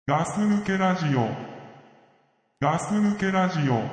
ガス抜けラジオ。ガス抜けラジオ。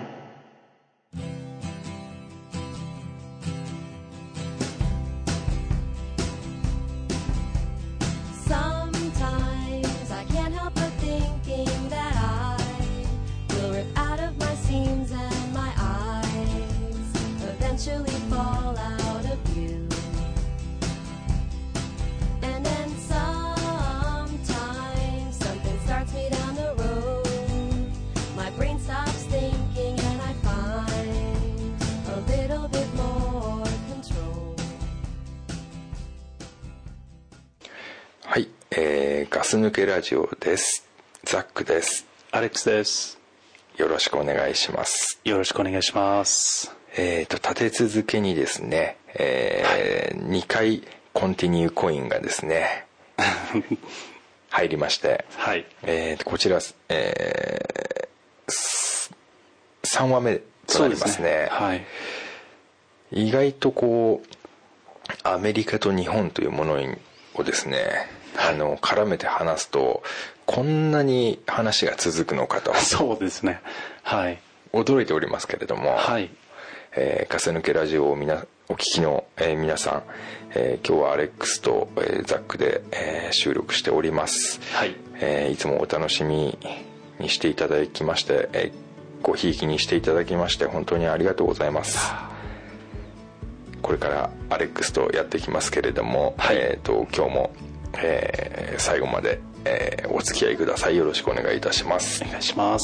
はい、ガス抜けラジオです。ザックです。 アレックスです。 よろしくお願いします。 よろしくお願いします。 立て続けにですね、2回コンティニューコインがですね入りまして、 はい、 こちら、3話目となりますね。 はい、 意外とこうアメリカと日本というものをですね、絡めて話すとこんなに話が続くのかとそうですね、はい、 驚いておりますけれども、 はい、 ガス抜けラジオをお聞きの、皆さん、今日はアレックスと、ザックで、収録しております。 はい、 いつもお楽しみにしていただきまして、ごひいきにしていただきまして本当にありがとうございます。これからアレックスとやっていきますけれども、 はい、 今日も、最後まで、お付き合いください。よろしくお願いいたします。 お願いします。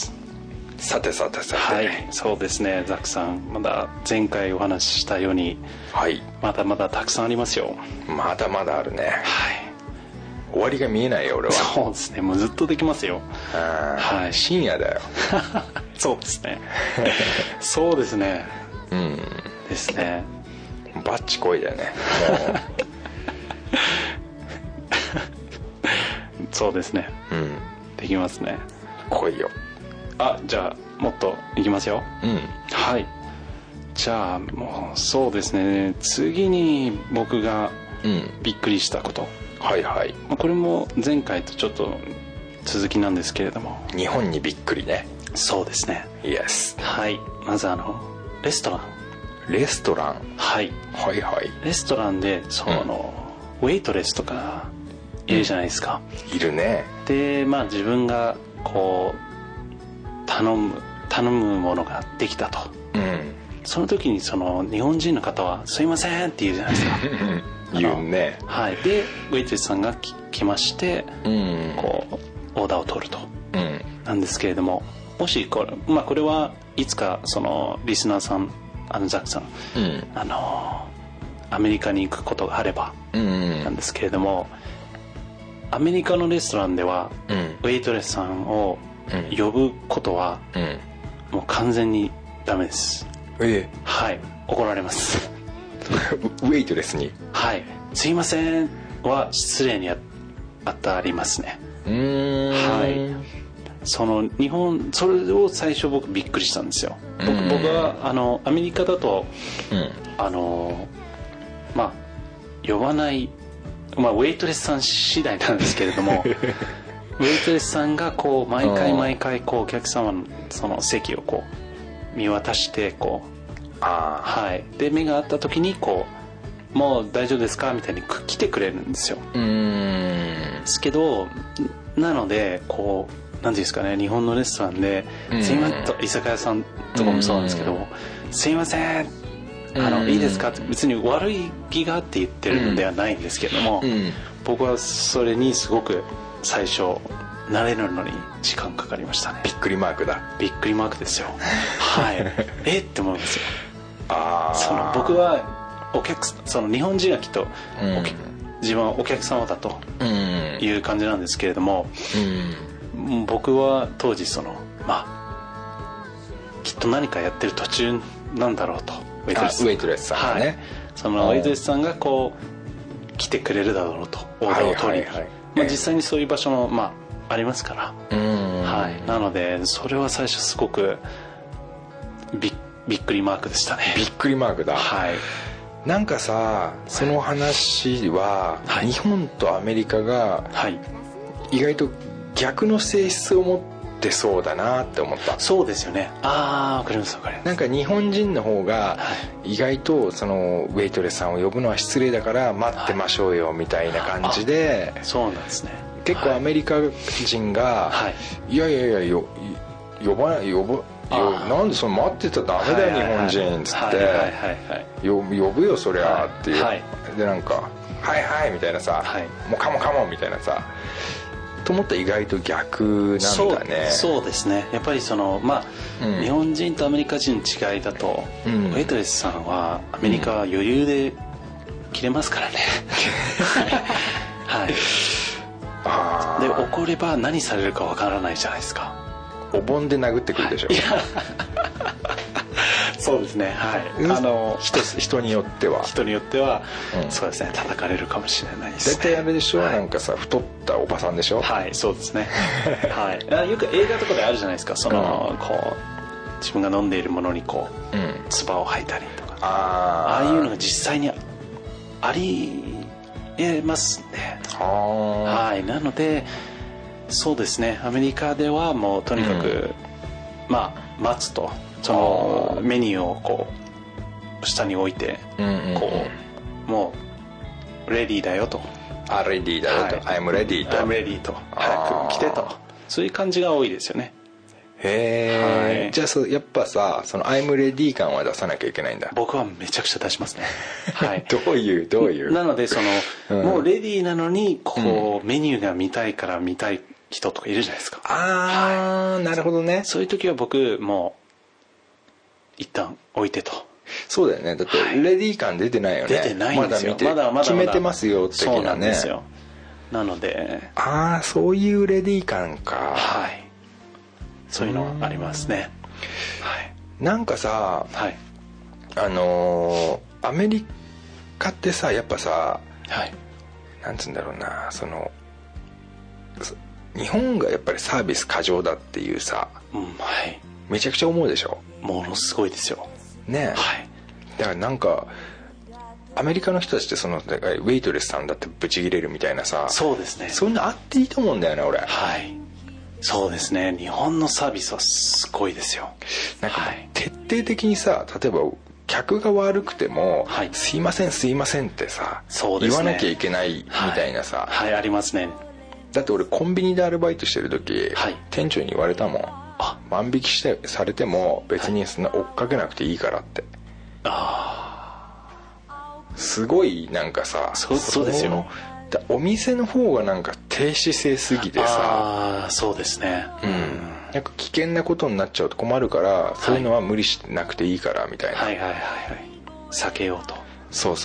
さて、 はい、そうですね、ザックさん、まだ前回お話ししたように、 はい、 まだまだたくさんありますよ。 まだまだあるね。 はい、 終わりが見えないよ俺は。 そうですね、もうずっとできますよ。 はい、深夜だよそうですねそうですね、 うんですね、 バッチこいだよねもうそうですね、 うん、 できますね。 来いよ。 じゃあもっといきますよ。 うん、 はい、じゃあもうそうですね、次に僕がびっくりしたこと、 はいはい、 これも前回とちょっと続きなんですけれども、 日本にびっくりね。 そうですね、 イエス。 はい、まずレストラン、はい、 はいはい、 レストランでウェイトレスとかいるじゃないですか、 いるね。 で自分がこう頼むものができたと、その時に日本人の方はすいませんって言うじゃないですか言うね。 はい、でウェイトレスさんが来まして、こうオーダーを取ると、なんですけれども、もしこれはいつかリスナーさんザックさん、アメリカに行くことがあればなんですけれども、アメリカのレストランでは、ウェイトレスさんを呼ぶことは、もう完全にダメです。はい、怒られますウェイトレスに、 はい、すいませんは失礼に当たりますね。はい、日本、それを最初僕びっくりしたんですよ。僕はアメリカだと、呼ばない、ウェイトレスさん次第なんですけれどもウェイトレスさんがこう毎回こうお客様のその席をこう見渡してこう、はい、で目が合った時にこうもう大丈夫ですかみたいに来てくれるんですよ。ですけど、なのでこうなんていうんですかね、日本のレストランで、すいませんと、居酒屋さんとかもそうなんですけど、すいませんいいですかって、別に悪い気があって言ってるのではないんですけども、僕はそれにすごく最初慣れるのに時間かかりましたね。 びっくりマークだ。 びっくりマークですよはいって思いますよ。僕は日本人はきっと、自分はお客様だという感じなんですけれども、僕は当時きっと何かやってる途中なんだろうと、ウェイトレスさんがね、ウェイトレスさんがこう来てくれるだろうと、オーダーを取り、実際にそういう場所もありますから、はい、なのでそれは最初すごくびっくりマークでしたね。 びっくりマークだ。 はい、 なんかさ、その話は、日本とアメリカが意外と逆の性質を持ってそうだなって思った。 そうですよね。わかりますわかります。 なんか日本人の方が意外とそのウェイトレスさんを呼ぶのは失礼だから待ってましょうよみたいな感じで、 そうなんですね。 結構アメリカ人が、いや呼ばないなんでその待ってたらダメだよ日本人っつって呼ぶよそりゃっていう、でなんかはいはいみたいなさ、もうカモカモみたいなさと思ったら意外と逆なんだね。 そうですね。やっぱりその日本人とアメリカ人の違いだと、ウェイトレスさんはアメリカは余裕で切れますからね。で怒れば何されるかわからないじゃないですか。 お盆で殴ってくるでしょ。 そうですね。 人によってはそうですね、叩かれるかもしれないですね。 大体あれでしょ、なんかさ太ったおばさんでしょ。 そうですね。よく映画とかであるじゃないですか、そのこう自分が飲んでいるものにこう唾を吐いたりとか、ああいうのが実際にありえますね。なのでそうですね、アメリカではもうとにかく、待つと、そのメニューをこう下に置いて、こうもうレディーだよと、 レディーだよと、I'm ready と早く来てと、そういう感じが多いですよね。 へえ、じゃあやっぱさ、その I'm ready 感は出さなきゃいけないんだ。 僕はめちゃくちゃ出しますね。 どういうなのでその、もうレディーなのにこう、メニューが見たいから見たい人とかいるじゃないですか。 なるほどね。 そういう時は僕もう一旦置いてと。 そうだよね。だってレディー感出てないよね。 出てないんですよ。 まだ決めてますよ的なね。 そうなんですよ。なのでそういうレディー感か。 そういうのありますね。 なんかさ、アメリカってさ、やっぱさ、なんつうんだろうな、その日本がやっぱりサービス過剰だっていうさ、めちゃくちゃ思うでしょ。 ものすごいですよね。だからなんかアメリカの人たちってそのウェイトレスさんだってブチギレるみたいなさ、 そうですね、 そういうのあっていいと思うんだよね俺。 そうですね、日本のサービスはすごいですよ。 なんか徹底的にさ、例えば客が悪くても、すいませんすいませんってさ、言わなきゃいけないみたいなさ、 ありますね。 だって俺コンビニでアルバイトしてる時、店長に言われたもん。万引きされても別にそんな追っかけなくていいからって。すごいなんかさ、 そうですよ。 お店の方がなんか低姿勢すぎてさ、 そうですね、 なんか危険なことになっちゃうと困るから、そういうのは無理しなくていいからみたいな、避けようと。そう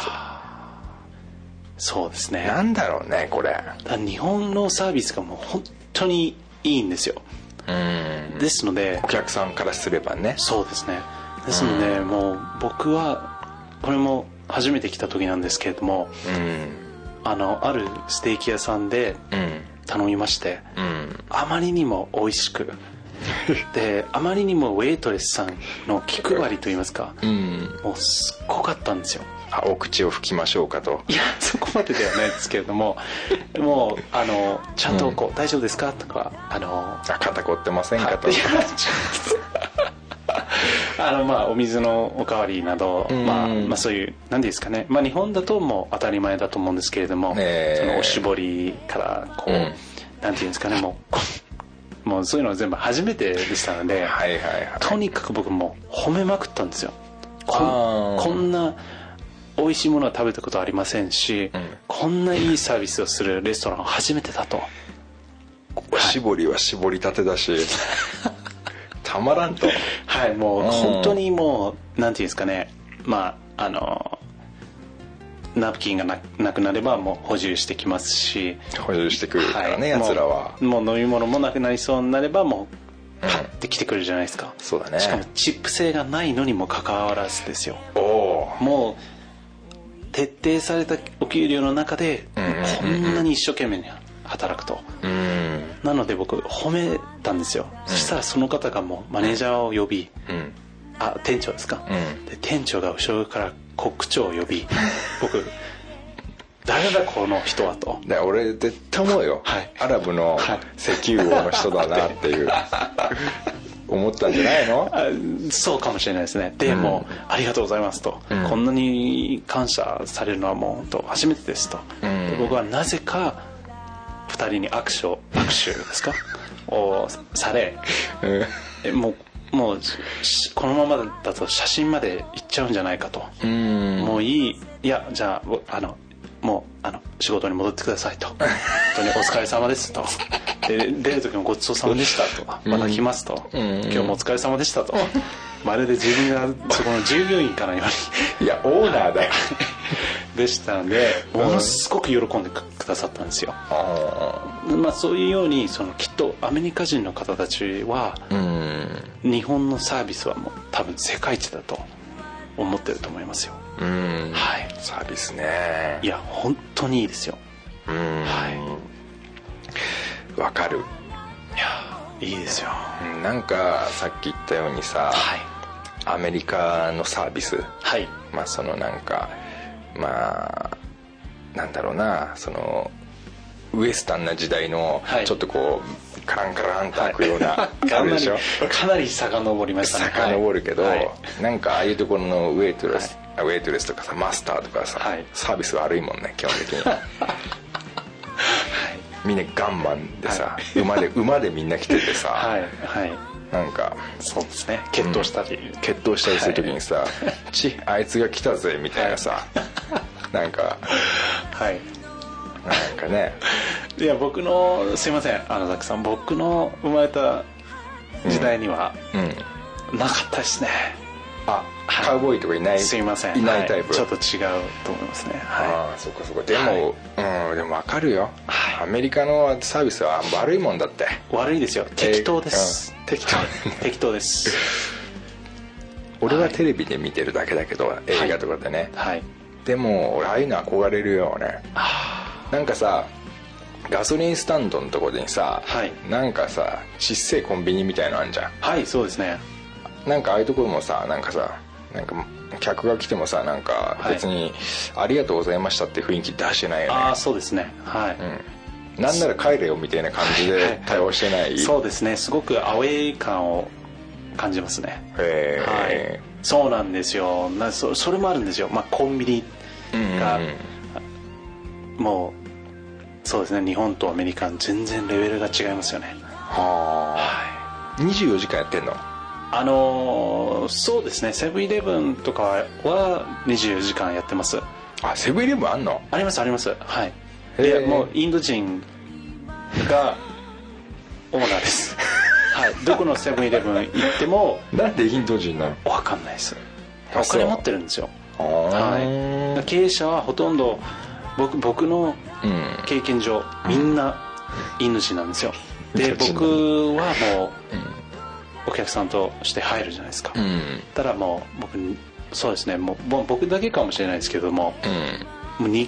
そうですね。 なんだろうねこれ。 日本のサービスがもう本当にいいんですよ。ですのでお客さんからすればね。 そうですね。ですのでもう僕はこれも初めて来た時なんですけれども、あるステーキ屋さんで頼みまして、あまりにも美味しくで、あまりにもウェイトレスさんの気配りといいますか、もうすっごかったんですよ。 お口を拭きましょうかと。 いやそこまでではないですけれども、もうちゃんとこう、大丈夫ですかとか、 肩凝ってませんかと。 お水のおかわりなど、そういう何ですかね、日本だともう当たり前だと思うんですけれども、そのおしぼりからこう、なんていうんですかね、もうそういうのは全部初めてでしたので、とにかく僕も褒めまくったんですよ。こんな美味しいものは食べたことありませんし、こんないいサービスをするレストランは初めてだと。 おしぼりは絞りたてだし、たまらんと。 もう本当にもうなんていうんですかね、ナプキンがなくなればもう補充してきますし、 補充してくるからね、奴らは。 もう飲み物もなくなりそうになればもうパッて来てくるじゃないですか。 そうだね。 しかもチップ制がないのにもかかわらずですよ。もう徹底されたお給料の中でこんなに一生懸命に働くと。なので僕褒めたんですよ。そしたらその方がもうマネージャーを呼び、店長ですか、で店長が後ろからコック長を呼び、僕誰だこの人はと。 で俺絶対思うよ、 はい、 アラブの石油王の人だなっていう、思ったんじゃないの？ そうかもしれないですね。でも、ありがとうございますと、こんなに感謝されるのはもう本当初めてですと、で僕はなぜか2人に握手ですかをされ、もうこのままだと写真まで行っちゃうんじゃないかと、もういやじゃあもう仕事に戻ってくださいと、本当にお疲れ様ですと、で出る時もごちそうさまでしたと、また来ますと、今日もお疲れ様でしたと、まるで自分がそこの従業員かのようにいやオーナーだよでしたので、ものすごく喜んでくださったんですよ。まあ、そういうようにきっとアメリカ人の方たちは日本のサービスはもう多分世界一だと思ってると思いますよ。はい、 サービスね、 いや本当にいいですよ。 はい、わかる。 いやいいですよ。 なんかさっき言ったようにさ、はい、アメリカのサービス、はい、まあなんかまあなんだろうな、ウエスタンな時代のちょっとこうカランカランと開くような、はい、あるでしょかなり遡りましたね。 遡るけど、はい、なんかああいうところのウェイトレスとかさ、マスターとかさ、はい、サービス悪いもんね基本的にみんなガンマンでさ、はい、馬でみんな来ててさ、はいはい、なんかそうですね、決闘したりする時にさ、はい、あいつが来たぜみたいなさ、なんかはいなんかね、 いや僕のすいませんザックさん、僕の生まれた時代にはなかったですね。 カウボーイとかいない、 すいません、 いないタイプ、 ちょっと違うと思いますね。 ああそっかそっか。でも、でも分かるよ、アメリカのサービスは悪いもんだって。 悪いですよ、適当です、適当です。 俺はテレビで見てるだけだけど、映画とかでね、でも俺ああいうの憧れるよね。なんかさ、ガソリンスタンドのとこでさ、なんかさちっせえコンビニみたいのあんじゃん。 はいそうですね。 なんかああいうところもさ、なんか客が来てもさ、なんか別にありがとうございましたって雰囲気出してないよね。 ああそうですね、はい、 なんなら帰れよみたいな感じで対応してない、 そうですね、すごくアウェー感を感じますね。はい、そうなんですよ。それもあるんですよ、まあ、コンビニが、もうそうですね、日本とアメリカ全然レベルが違いますよね。 はい、24時間やってんの？ そうですね、セブンイレブンとかは24時間やってます。 あ、セブンイレブンあんの？ ありますあります、はい。でもうインド人がオーナーですはい、どこのセブンイレブン行ってもなんでインド人なの？ 分かんないです。お金持ってるんですよ。はい、経営者はほとんど僕の経験上、みんなインド人なんですよ。で僕はもう、お客さんとして入るじゃないですか。ただもうそうですね、もう僕だけかもしれないですけども、もう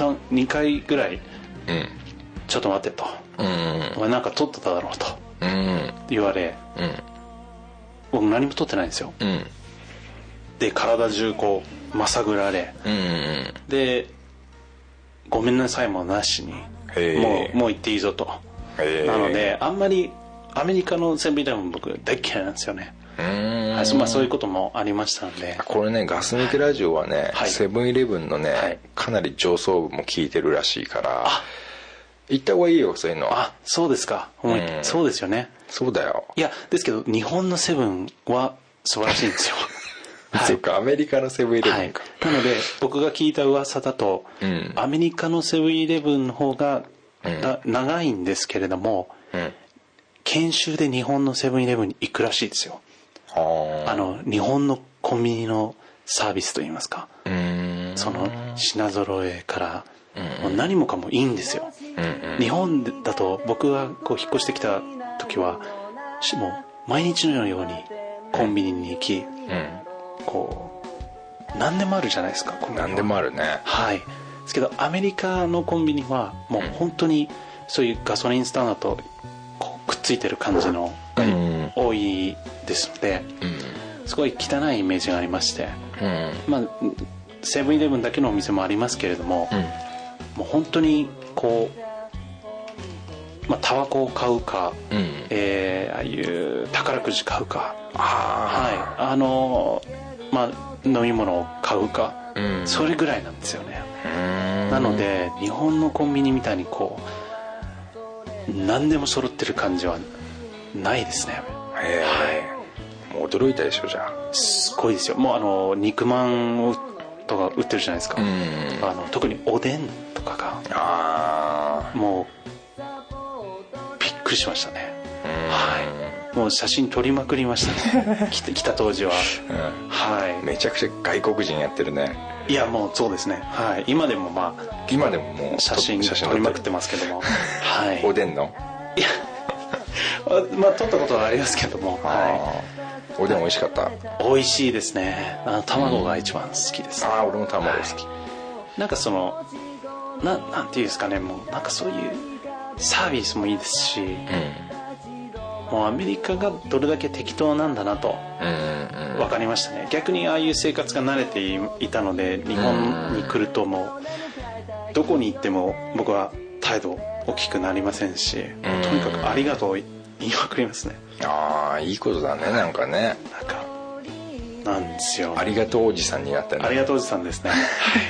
2回ぐらい、ちょっと待ってと、お前なんか取ってただろうと言われ、僕何も取ってないんですよ。で体中こうまさぐられ、でごめんなさいもなしにもう行っていいぞと。なのであんまりアメリカのセブンイレブン僕大嫌いなんですよね。はい、まあ、そういうこともありましたんで。 これね、ガス抜けラジオはね、セブンイレブンのね、かなり上層部も聞いてるらしいから行った方がいいよ、そういうの。 あ、そうですか。そうですよね。 そうだよ。 いやですけど日本のセブンは素晴らしいんですよそっか、アメリカのセブンイレブンか。 なので僕が聞いた噂だと、アメリカのセブンイレブンの方が長いんですけれども、研修で日本のセブンイレブンに行くらしいですよ。日本のコンビニのサービスといいますか、その品揃えからもう何もかもいいんですよ。日本だと僕がこう引っ越してきた時はもう毎日のようにコンビニに行き、こう何でもあるじゃないですか。 何でもあるね。 はい。ですけどアメリカのコンビニはもう本当にそういうガソリンスタンドとこうくっついてる感じのが多いですので、すごい汚いイメージがありまして、まあセブンイレブンだけのお店もありますけれども、 もう本当にこう、タバコを買うか、ああいう宝くじ買うか、飲み物を買うか、それぐらいなんですよね。なので日本のコンビニみたいにこう何でも揃ってる感じはないですね。 もう驚いたでしょ。じゃあすごいですよ。もう肉まんとか売ってるじゃないですか。特におでんとかがもうびっくりしましたね。もう写真撮りまくりましたね。来た当時は、 めちゃくちゃ外国人やってるね。 いやもうそうですね。今でももう写真撮りまくってますけども、 おでんのいや撮ったことはありますけども、 おでん美味しかった。 美味しいですね。卵が一番好きです、ね。 俺も卵好き。 なんかそのなんていうんですかね、もうなんかそういうサービスもいいですし、もうアメリカがどれだけ適当なんだなと分かりましたね。逆にああいう生活が慣れていたので、日本に来るともうどこに行っても僕は態度大きくなりませんし、とにかくありがとう言いまくりますね。 いいことだね。なんかね、 なんですよ。 ありがとうおじさんになったね。 ありがとうおじさんですね。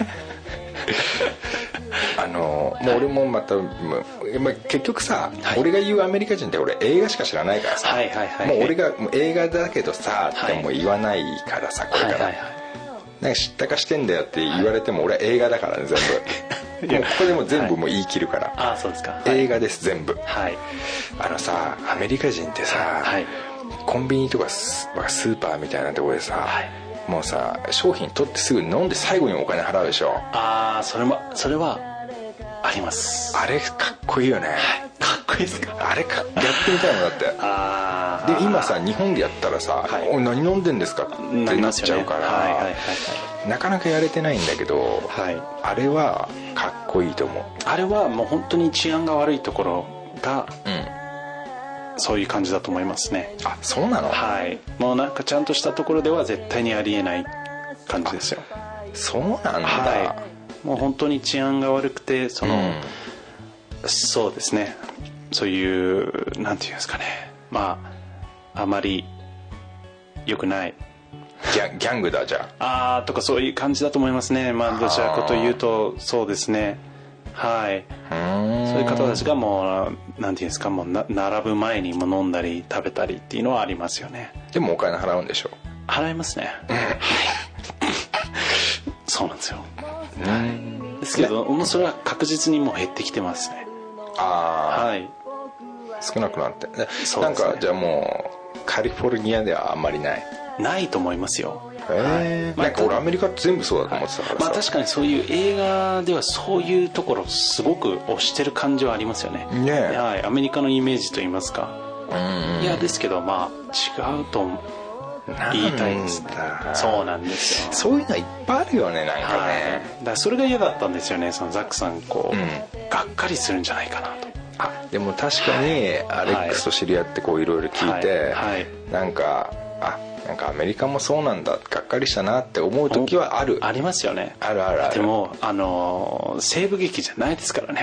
もう俺もまた、結局さ、俺が言うアメリカ人って俺映画しか知らないからさ、もう俺が映画だけどさっても言わないからさ、これからなんか知ったかしてんだよって言われても俺は映画だからね、全部。もうここでも全部もう言い切るから、 そうですか。 映画です全部。さ、アメリカ人ってさ、コンビニとかスーパーみたいなところでさ、もうさ、商品取ってすぐ飲んで最後にお金払うでしょ。 それはあります。 あれかっこいいよね。 かっこいいですか。 あれやってみたいもんだって。で今さ、日本でやったらさ、何飲んでんですかってなっちゃうから、なかなかやれてないんだけど、あれはかっこいいと思う。 あれはもう本当に治安が悪いところが、そういう感じだと思いますね。 そうなの？ もうなんかちゃんとしたところでは絶対にありえない感じですよ。 そうなんだ。 もう本当に治安が悪くて、そうですね、そういうなんていうんですかね、あまり良くないギャングだじゃとかそういう感じだと思いますね。どちらかというとそうですね。そういう方たちがもうなんていうんですか、もう並ぶ前にも飲んだり食べたりっていうのはありますよね。 でもお金払うんでしょ？ 払いますね。そうなんですよ。ですけどもうそれは確実にもう減ってきてますね。 少なくなって、なんかじゃあもうカリフォルニアではあんまりないと思いますよ。 なんか俺アメリカって全部そうだと思ってたからさ、 確かにそういう映画ではそういうところすごく推してる感じはありますよね。アメリカのイメージといいますか。いやですけど違うと言いたいですね。そうなんですよ。 そういうのはいっぱいあるよね、なんかね。 だからそれが嫌だったんですよね。そのザックさんがっかりするんじゃないかなと。 でも確かにアレックスと知り合っていろいろ聞いて、なんかアメリカもそうなんだ、がっかりしたなって思う時はある。 ありますよね。 ある。 でも西部劇じゃないですからね。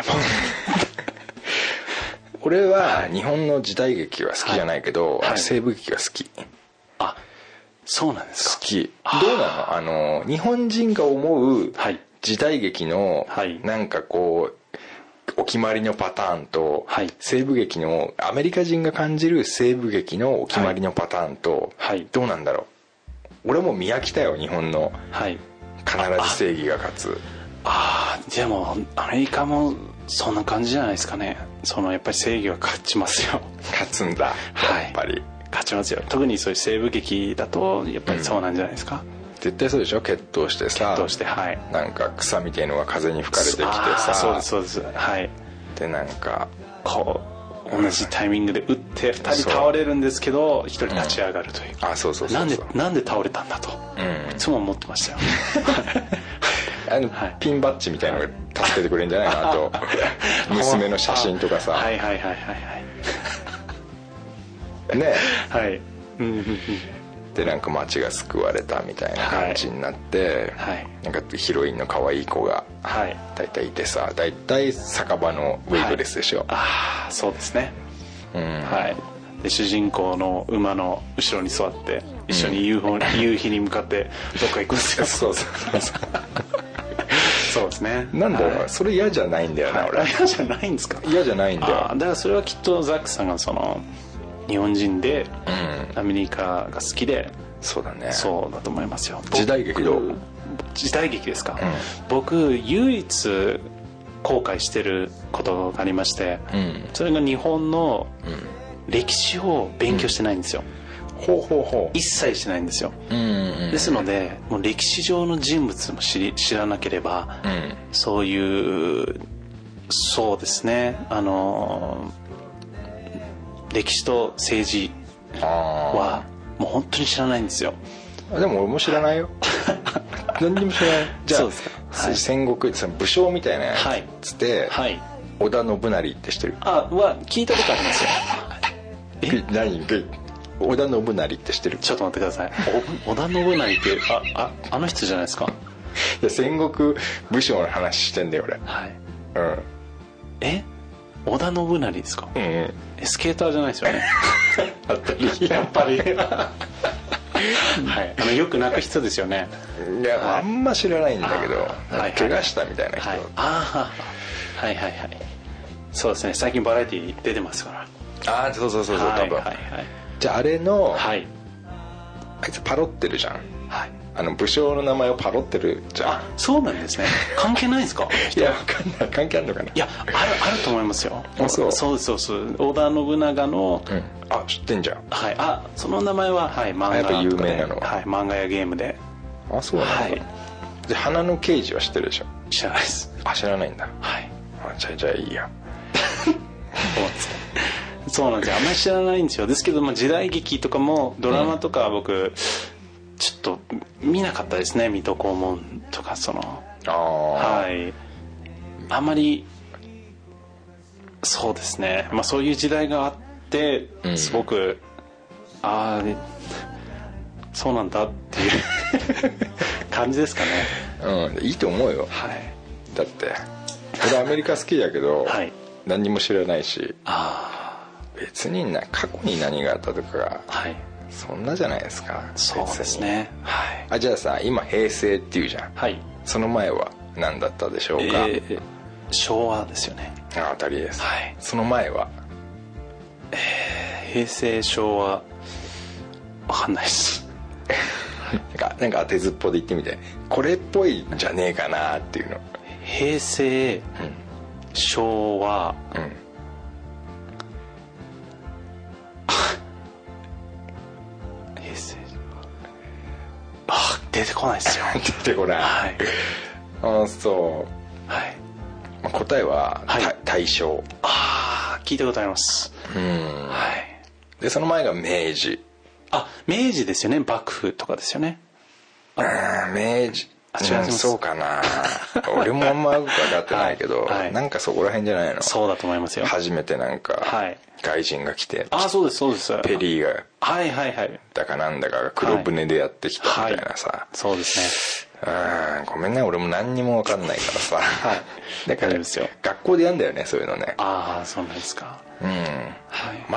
俺は日本の時代劇は好きじゃないけど、西部劇が好き。 そうなんですか。 好き。どうなの？日本人が思う時代劇のなんかこうお決まりのパターンと、西部劇のアメリカ人が感じる西部劇のお決まりのパターンと、どうなんだろう。俺も見飽きたよ、日本の必ず正義が勝つ。 でもアメリカもそんな感じじゃないですかね。やっぱり正義は勝ちますよ。 勝つんだ、やっぱり。 勝ちますよ。特にそういう西部劇だとやっぱりそうなんじゃないですか。 絶対そうでしょ。決闘してさ、なんか草みたいのが風に吹かれてきてさ、 そうです。 でなんかこう同じタイミングで打って2人倒れるんですけど1人立ち上がるという。 そうなんで倒れたんだと、いつも思ってましたよ。 ピンバッジみたいのが助けてくれるんじゃないかなと。娘の写真とかさ。 ねえ。 でなんか街が救われたみたいな感じになって、 はい、 なんかヒロインの可愛い子が大体いてさ、大体酒場のウェイトレスでしょ、 はい、ああそうですね、 うん、 はい。で主人公の馬の後ろに座って一緒に夕日に向かってどっか行くんですよそうそうそうそうですね。 なんだろう、 はい、 それ嫌じゃないんだよな、俺。 嫌じゃないんですか。 嫌じゃないんだよ。 だからそれはきっとザックさんがその日本人でアメリカが好きで、 そうだね、 そうだと思いますよ。 時代劇どう？ 時代劇ですか、僕唯一後悔してることがありまして、それが日本の歴史を勉強してないんですよ、 ほうほうほう、 一切してないんですよ、ですのでもう歴史上の人物も知らなければ、そういうそうですね、歴史と政治はもう本当に知らないんですよ。 でも俺も知らないよ何にも知らない。じゃあそうですか、はい、 戦国その武将みたいなやつって、 はい、 織田信成って知ってる？ は聞いたことありますよ何織田信成って知ってる？ ちょっと待ってください。織田信成ってあの人じゃないですか？ いや戦国武将の話してんだよ俺。 はい、 うん、 織田信成ですか？スケーターじゃないですよねあったりやっぱりはい、よく泣く人ですよね。 いや、はい、あんま知らないんだけど、はい、怪我したみたいな人、はい、 はいはいはい、そうですね、最近バラエティー出てますから。 そうそうそうそう、 はい、 多分、 はいはい、 じゃああれの、 はい、 あいつパロってるじゃん、 はい、 武将の名前をパロってるじゃん。 そうなんですね。関係ないんですか？ いや分かんない、関係あるのかな。 いやあると思いますよ。 そうです織田信長の、 知ってんじゃん。 はい、その名前は、はい、漫画とかで、 やっぱ有名なのは、 はい、漫画やゲームで。 そうなんだ、はい、で花の刑事は知ってるでしょ？ 知らないです。 知らないんだ。 はい、 じゃあいいやそうなんですよ、あんまり知らないんですよ。ですけど、時代劇とかもドラマとか僕、ちょっと見なかったですね。水戸黄門とかはい、あんまりそうですね、そういう時代があってすごく、そうなんだっていう感じですかね。 いいと思うよ、はい、だって俺アメリカ好きだけど、はい、何にも知らないし、別に過去に何があったとかが、はい、そんなじゃないですか。 そうですね、はい、 じゃあさ、今平成っていうじゃん、はい、その前は何だったでしょうか？ 昭和ですよね。 当たりです、 はい、 その前は平成昭和分かんないですなんか当てずっぽで言ってみて、これっぽいんじゃねえかなっていうの。 平成、昭和、平成出てこないですよ出てこない、 はい、 そう、はい、答えは、はい、大正。 聞いたことあります。はい、でその前が明治。 明治ですよね。幕府とかですよね。 明治、そうかな俺もあんまよく分かってないけど、はい、なんかそこら辺じゃないの？そうだと思いますよ。 初めてなんか、はい、外人が来て、 そうですそうです。 ペリーがはいはいはい、 だかなんだかが黒船でやってきたみたいなさ、はい、 そうですね。 ごめんね、俺も何にも分かんないからさ、はい、だから学校でやんだよね、そういうのね。 そうなんですか。 はい、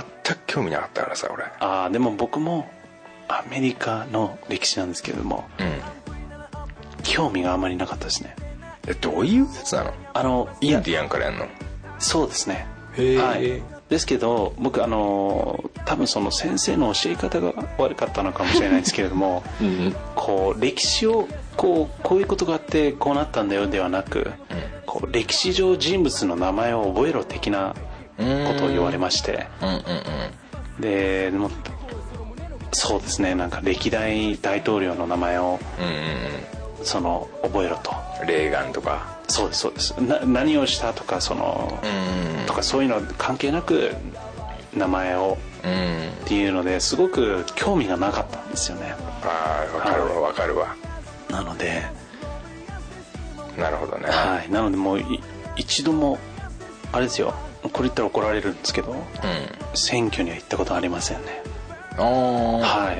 全く興味なかったからさ俺。 でも僕もアメリカの歴史なんですけれども、興味があまりなかったですね。 どういうやつなの？インディアンからやんの？そうですね。 はい、ですけど僕多分その先生の教え方が悪かったのかもしれないですけれども、こう歴史をこういうことがあってこうなったんだよではなく、こう歴史上人物の名前を覚えろ的なことを言われまして、でもそうですね、なんか歴代大統領の名前を、覚えろと。 レーガンとか。 そうですそうです。何をしたとかとかそういうの関係なく名前をっていうのですごく興味がなかったんですよね。 分かるわ分かるわ。 なので、 なるほどね。 はい、なのでもう一度もあれですよ、これ言ったら怒られるんですけど、選挙には行ったことありませんね。 はい。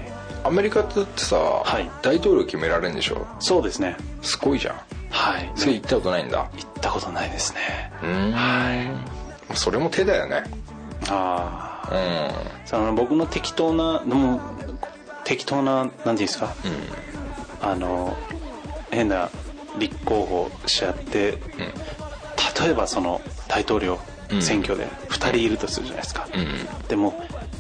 アメリカってさ、 はい、 大統領決められるんでしょ。 そうですね。 すごいじゃん。 はい。 それ行ったことないんだ。 行ったことないですね。 はい。それも手だよね。 ああ。その僕の適当ななんていうんですか、変な立候補しちゃって、例えばその大統領選挙で2人いるとするじゃないですか、でも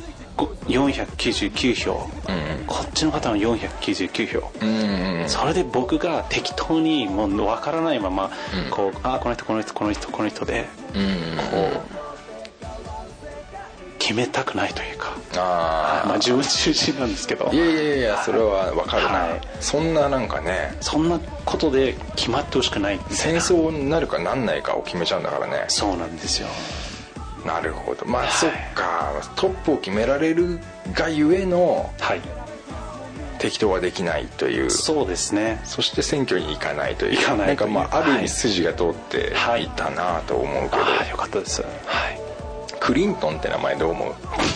499票、こっちの方の499票、それで僕が適当にもう分からないまま、こうこの人で、こう決めたくないというか、自分中心なんですけど、 いやそれは分かるな、はい、そんななんかね、 そんなことで決まってほしくないみたいな、 戦争になるかなんないかを決めちゃうんだからね。 そうなんですよ。 なるほど、そっか、トップを決められるがゆえの、適当はできないという。 そうですね。 そして選挙に行かないという、なんかある意味筋が通っていたなと思うけど、 よかったです。はい。 クリントンって名前どう思う？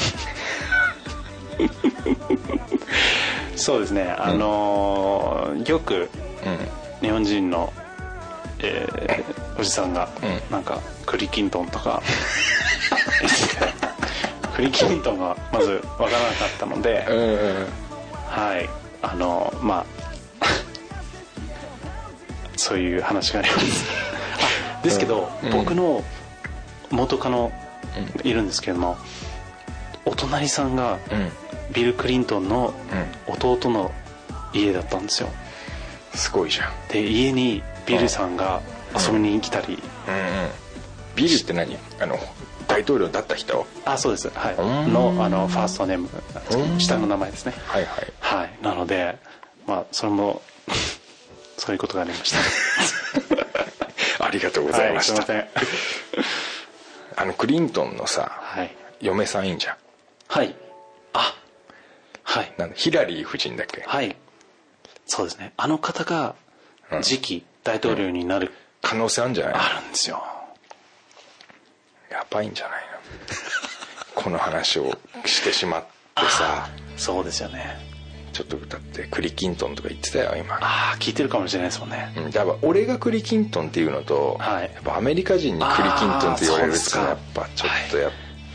そうですね、よく日本人の、おじさんがなんかクリキントンとかクリキントンがまず分からなかったので、はい、そういう話がありますですけど、僕の元カノいるんですけども、お隣さんがビル・クリントンの弟の家だったんですよ。 すごいじゃん。 で家にビルさんが遊びに来たり、 ビルって何？大統領だった人？ そうです、はい、のファーストネームなんですけど、下の名前ですね。はいはいはい。なのでそれもそういうことがありましたありがとうございました、 すいません。 クリントンのさ、嫁さんいいんじゃん。はい。ヒラリー夫人だっけ？ はい。そうですね。あの方が次期大統領になる可能性あるんじゃない？ あるんですよ。 やばいんじゃないのこの話をしてしまってさ。 そうですよね。 ちょっとだってクリキントンとか言ってたよ今。 聞いてるかもしれないですもんね。 やっぱ俺がクリキントンっていうのと、やっぱアメリカ人にクリキントンって言われるってやっぱちょっと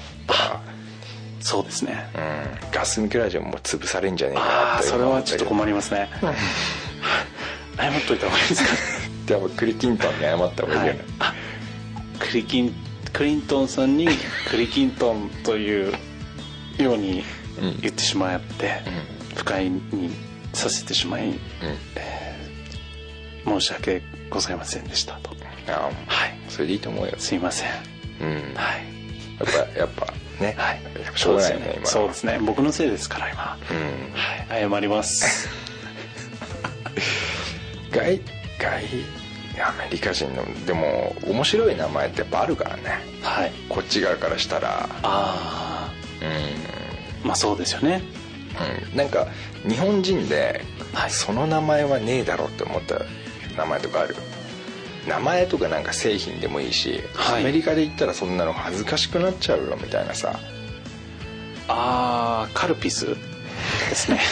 そうですね、 ガス抜けラジオも潰されんじゃねえかなって。 それはちょっと困りますね謝っといた方がいいですか？ やっぱクリキントンに謝った方がいいよね、 クリントンさんにクリキントンというように言ってしまって、不快にさせてしまい、申し訳ございませんでしたと。 それでいいと思うよ。 すいません。 やっぱね、しょうがないよね今。 そうですね、僕のせいですから今。謝りますアメリカ人のでも面白い名前ってやっぱあるからね、こっち側からしたら。 そうですよね。 なんか日本人でその名前はねえだろって思った名前とかある？名前とかなんか製品でもいいし、アメリカで言ったらそんなの恥ずかしくなっちゃうよみたいなさ。 カルピスですね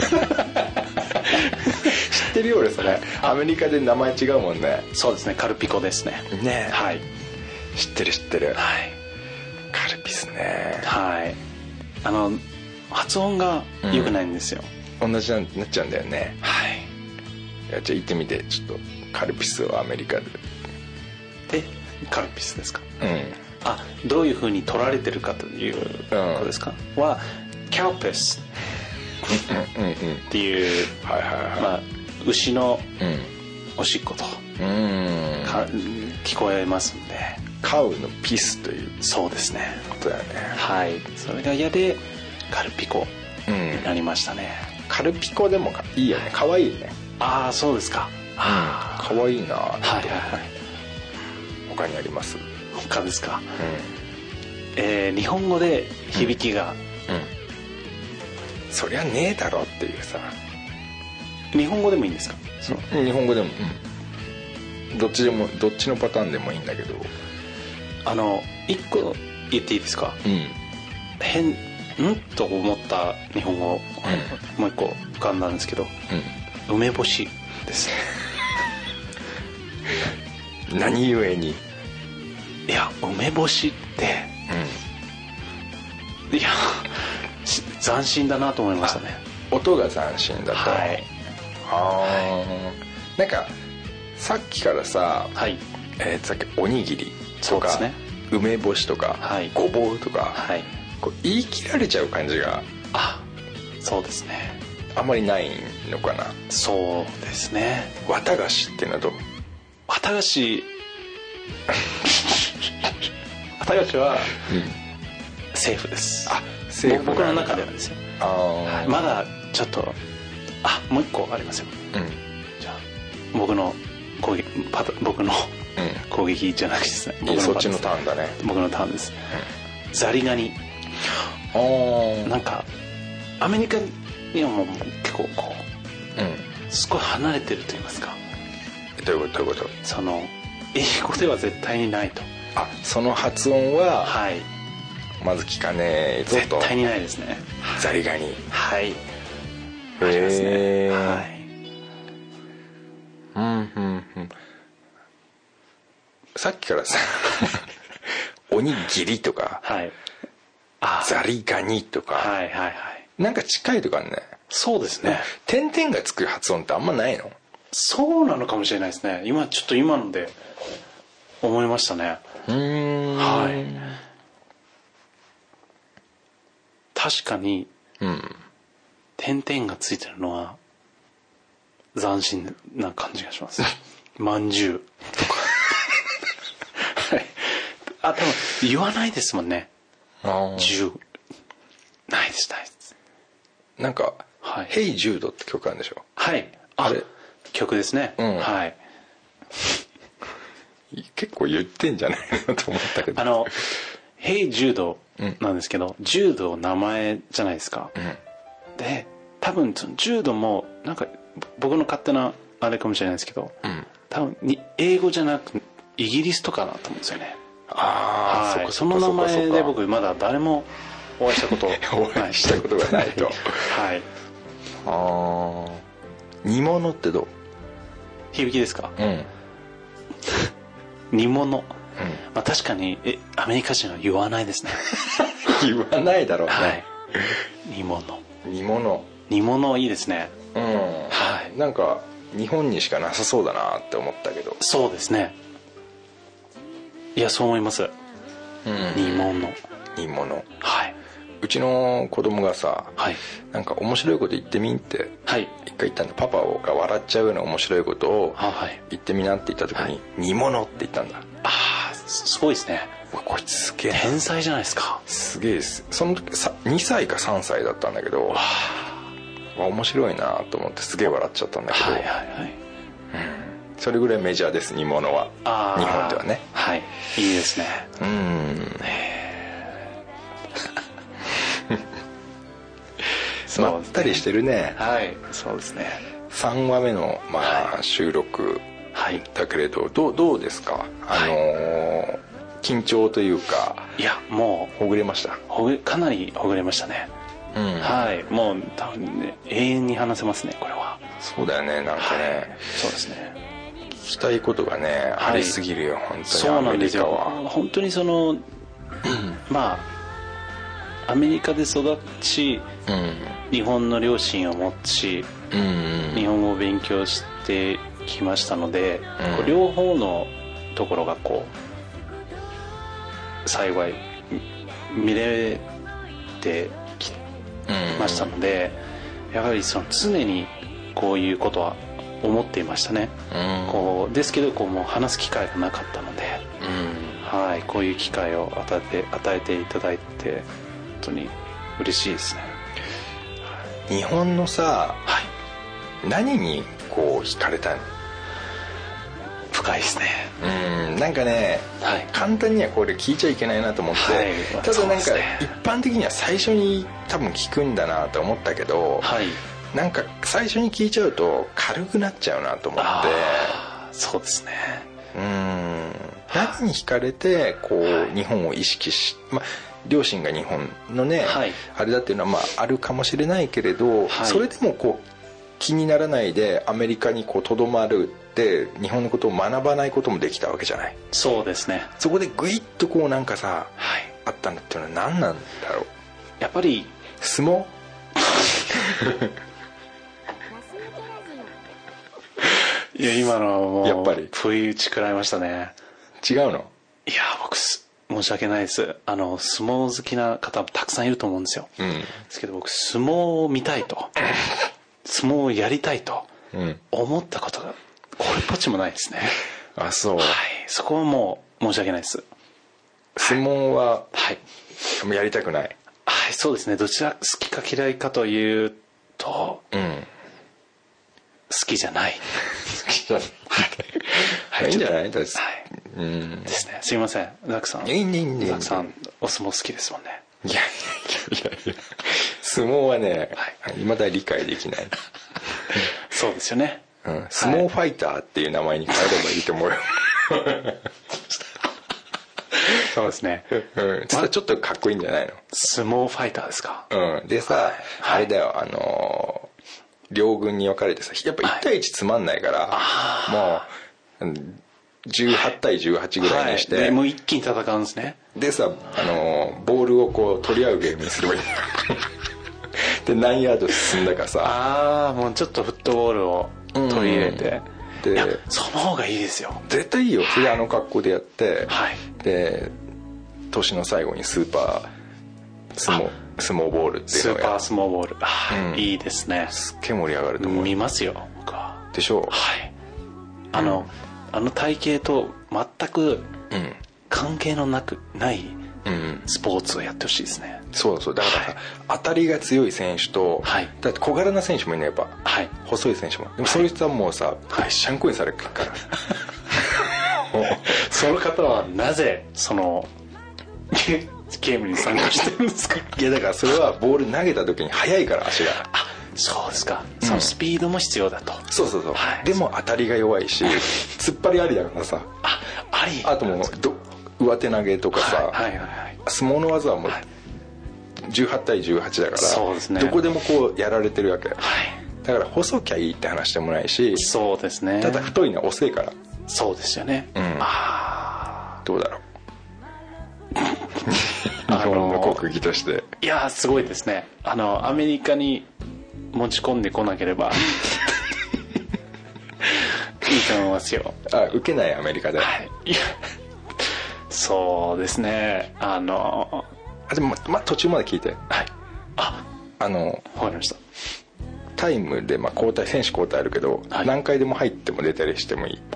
知ってるよ俺それ。アメリカで名前違うもんね。 そうですね、カルピコですね。 知ってる。カルピスね。 発音が良くないんですよ。 同じになっちゃうんだよね。じゃあ行ってみて、ちょっとカルピスをアメリカで。 カルピスですか？どういう風に取られてるかということですか？キャルピスっていう牛のおしっこと聞こえますんで、 カウのピスという。 そうですね、 ことだよね。 それが嫌でカルピコになりましたね。 カルピコでもいいよね、可愛いよね。 そうですか。 可愛いな。他にあります？ 他ですか？日本語で響きが、 そりゃねえだろっていうさ。 日本語でもいいんですか？ 日本語でも、どっちのパターンでもいいんだけど、 一個言っていいですか？ と思った日本語、もう一個浮かんだんですけど、梅干しです何故に？ いや梅干しって、いや斬新だなと思いましたね。 音が斬新だと。 はい。 なんかさっきからさ、 はい、 さっきおにぎりとか、 そうですね、 梅干しとか、 はい、 ごぼうとか、 はい、 こう言い切られちゃう感じが、 そうですね、 あんまりないのかな。 そうですね。 綿菓子っていうのはどう？ 綿菓子綿菓子は、セーフです。 セーフ。 僕の中ではですよ。まだちょっともう一個ありますよ。じゃあ僕の攻撃じゃなくてですね、 そっちのターンだね。 僕のターンです。ザリガニ。なんかアメリカにはもう結構こう、少し離れてると言いますか。 どういうこと？ その英語では絶対にないと。 その発音は、 はい、 まず聞かねえぞと。 絶対にないですね。 ザリガニ。 はい。ありますね。はい。 さっきからさおにぎりとか、 はい、 ザリガニとか、 はいはいはい、 なんか近いとかね。 そうですね。 点々がつく発音ってあんまないの？ そうなのかもしれないですね。今ので思いましたね。はい。確かに、点々がついてるのは斬新な感じがします。まんじゅうとか多分言わないですもんね。10ないです。 なんか、 はい、 ヘイジュードって曲あるんでしょ？ はい。あれ曲ですね。はい。 結構言ってんじゃないのと思ったけど。 ヘイジュードなんですけど、ジュード名前じゃないですか。で、多分そのジュードもなんか僕の勝手なあれかもしれないですけど、多分英語じゃなくイギリスとかだと思うんですよね。その名前で僕まだ誰もお会いしたことがないと。 はい。 煮物ってどう？ 響きですか？煮物。確かにアメリカ人は言わないですね。 言わないだろうね。 はい。煮物いいですね。 はい。なんか日本にしかなさそうだなって思ったけど。 そうですね。いやそう思います。煮物。はい。 うちの子供がさ、なんか面白いこと言ってみんって一回言ったんだ。パパが笑っちゃうような面白いことを言ってみなって言った時に、煮物って言ったんだ。 すごいですね。 こいつすげえ天才じゃないですか。 すげえです。その時2歳か3歳だったんだけど、面白いなと思ってすげえ笑っちゃったんだけど、それぐらいメジャーです、煮物は。日本ではね。 はい。いいですね。 まったりしてるね。 はい。そうですね。 3話目の収録だけれど、どうですか？緊張というか。 いやもうほぐれました？ かなりほぐれましたね。はい。もう多分ね、永遠に話せますね、これは。 そうだよね。なんかね、 そうですね、 聞きたいことがね、ありすぎるよ、本当に。 そうなんですよ。本当にアメリカで育ち、日本の両親を持ち、日本語を勉強してきましたので、両方のところがこう幸い見れてきましたので、やはり常にこういうことは思っていましたね。ですけどもう話す機会がなかったので、こういう機会を与えていただいて本当に嬉しいですね。 日本のさ、何にこう惹かれたの？ 深いですね。 なんかね、簡単にはこれ聞いちゃいけないなと思って、ただなんか一般的には最初に多分聞くんだなと思ったけど、なんか最初に聞いちゃうと軽くなっちゃうなと思って。 そうですね。 何に惹かれてこう日本を意識し、 両親が日本のね、 はい、 あれだっていうのはまああるかもしれないけれど、はい、それでもこう気にならないでアメリカにこうとどまるって日本のことを学ばないこともできたわけじゃない。 そうですね。 そこでグイッとこうなんかさ、 はい、 あったんだっていうのは何なんだろう。 やっぱり相撲いや今のはもうやっぱり不意打ち食らいましたね。 違うの？ いや僕申し訳ないです。相撲好きな方もたくさんいると思うんですよ、ですけど僕相撲を見たいと相撲をやりたいと思ったことがこれっぽっちもないですね。 あ、そう。 はい、そこはもう申し訳ないです。 相撲は、 はい、 やりたくない。 はい、そうですね。どちら好きか嫌いかというと、好きじゃない。 好きじゃない。はい、いいんじゃない？ですね。すいません、ザクさん。ザクさんお相撲好きですもんね。 いや相撲はね、未だ理解できない。 そうですよね。 相撲ファイターっていう名前に変えればいいと思うよ。 そうですね。 ちょっとかっこいいんじゃないの？ 相撲ファイターですか。 でさ、あれだよ、両軍に分かれてさ、やっぱ1対1つまんないから、もう18対18ぐらいにして、 もう一気に戦うんですね。 でさ、ボールをこう取り合うゲームにすればいい。で何ヤード進んだかさ、 もうちょっとフットボールを取り入れて、いやその方がいいですよ。 絶対いいよ。それで格好でやって、 はい、 で年の最後にスーパー相撲ボールっていうのをスーパー相撲ボール、いいですね。 すっげえ盛り上がると思う。 見ますよ僕は。 でしょう。 はい。あの体型と全く関係のないスポーツをやってほしいですね。 そうだからさ、当たりが強い選手と、だって小柄な選手もいるね、やっぱ、細い選手も。でもそういう人はもうさ、シャンコインされるから。 その方はなぜそのゲームに参加してるんですか？ いやだからそれはボール投げた時に速いから足が。 そうですか。そのスピードも必要だと。 そう、でも当たりが弱いし、突っ張りありだからさ。あともう上手投げとかさ、相撲の技はもう18対18だから、 そうですね、 どこでもこうやられてるわけ、だから細きゃいいって話でもないし、 そうですね、 ただ太いのは遅いから。そうですよね、 どうだろう。日本の国技として。 いやすごいですね。アメリカに持ち込んでこなければいいと思いますよ。 受けないアメリカで。 そうですね。でも途中まで聞いて。 わかりました。 タイムで選手交代あるけど、何回でも入っても出たりしてもいい。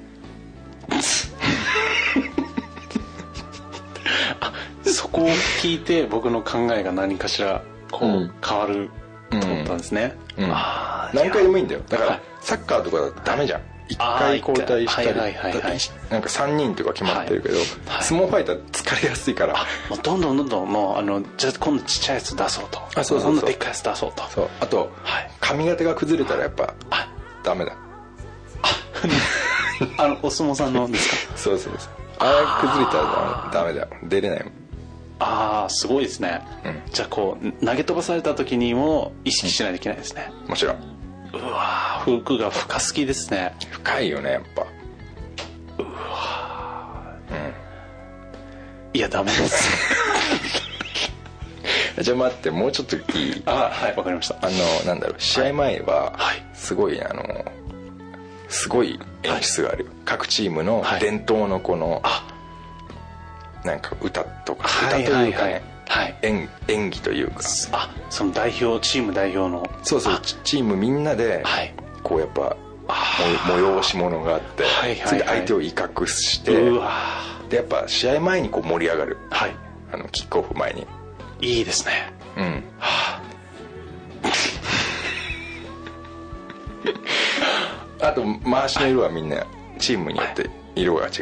そこを聞いて僕の考えが何かしらこう変わると思ったんですね。 何回でもいいんだよ。だからサッカーとかだとダメじゃん。1回交代したり、なんか3人とか決まってるけど、相撲ファイター疲れやすいから、 もうどんどんもうじゃあ今度ちっちゃいやつ出そうと、今度でっかいやつ出そうと。 あと髪型が崩れたらやっぱダメだ。 お相撲さんのですか？ そう崩れたらダメだよ、出れないもん。 すごいですね。じゃあこう投げ飛ばされた時にも意識しないといけないですね。 もちろん。 うわ服が深すぎですね。 深いよねやっぱ。 いやダメです。 じゃあ待って、もうちょっといい？ はいわかりました。 なんだろう、試合前はすごいすごい演出があるよ。各チームの伝統のこのなんか歌というかね、演技というか、 そのチーム代表のそうチームみんなでこうやっぱ催し物があって、それで相手を威嚇して、でやっぱ試合前にこう盛り上がる、キックオフ前に。 いいですね。 あと回しの色はみんなチームによって色が違う。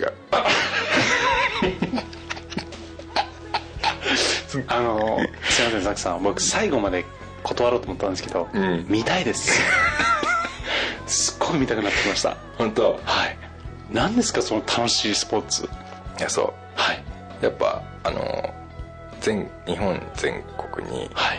すいませんザクさん、僕最後まで断ろうと思ったんですけど、見たいです。すっごい見たくなってきました。 本当？ 何ですかその楽しいスポーツ。 いやそう、やっぱ日本全国に、 はい、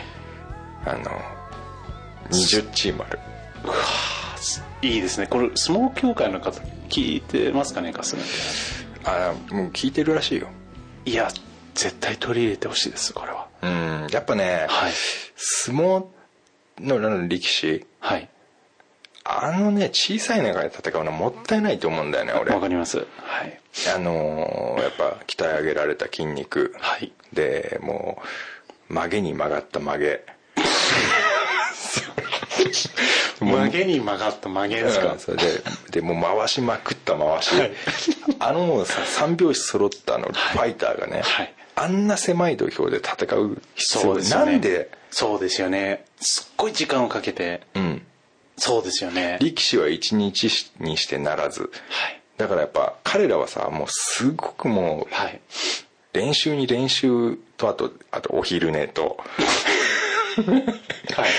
20チームある。 うわいいですね。これ相撲協会の方聞いてますかね、ガス抜け。 もう聞いてるらしいよ。 いや絶対取り入れてほしいです、これは。 やっぱね、 はい、 相撲の力士、 はい、 小さい中で戦うのはもったいないと思うんだよね、俺。 わかります。はい、 やっぱ鍛え上げられた筋肉、 はい、 でもう曲げに曲がった曲げ曲げに曲がった曲げですか。 それでもう回しまくった回し、はい、もうさ3拍子揃ったファイターがね、はい、あんな狭い土俵で戦う必要、なんで。 そうですよね、すっごい時間をかけて、そうですよね。 力士は一日にしてならず、はい、だからやっぱ彼らはさ、もうすごくもう、はい、練習に練習とあとお昼寝とはい、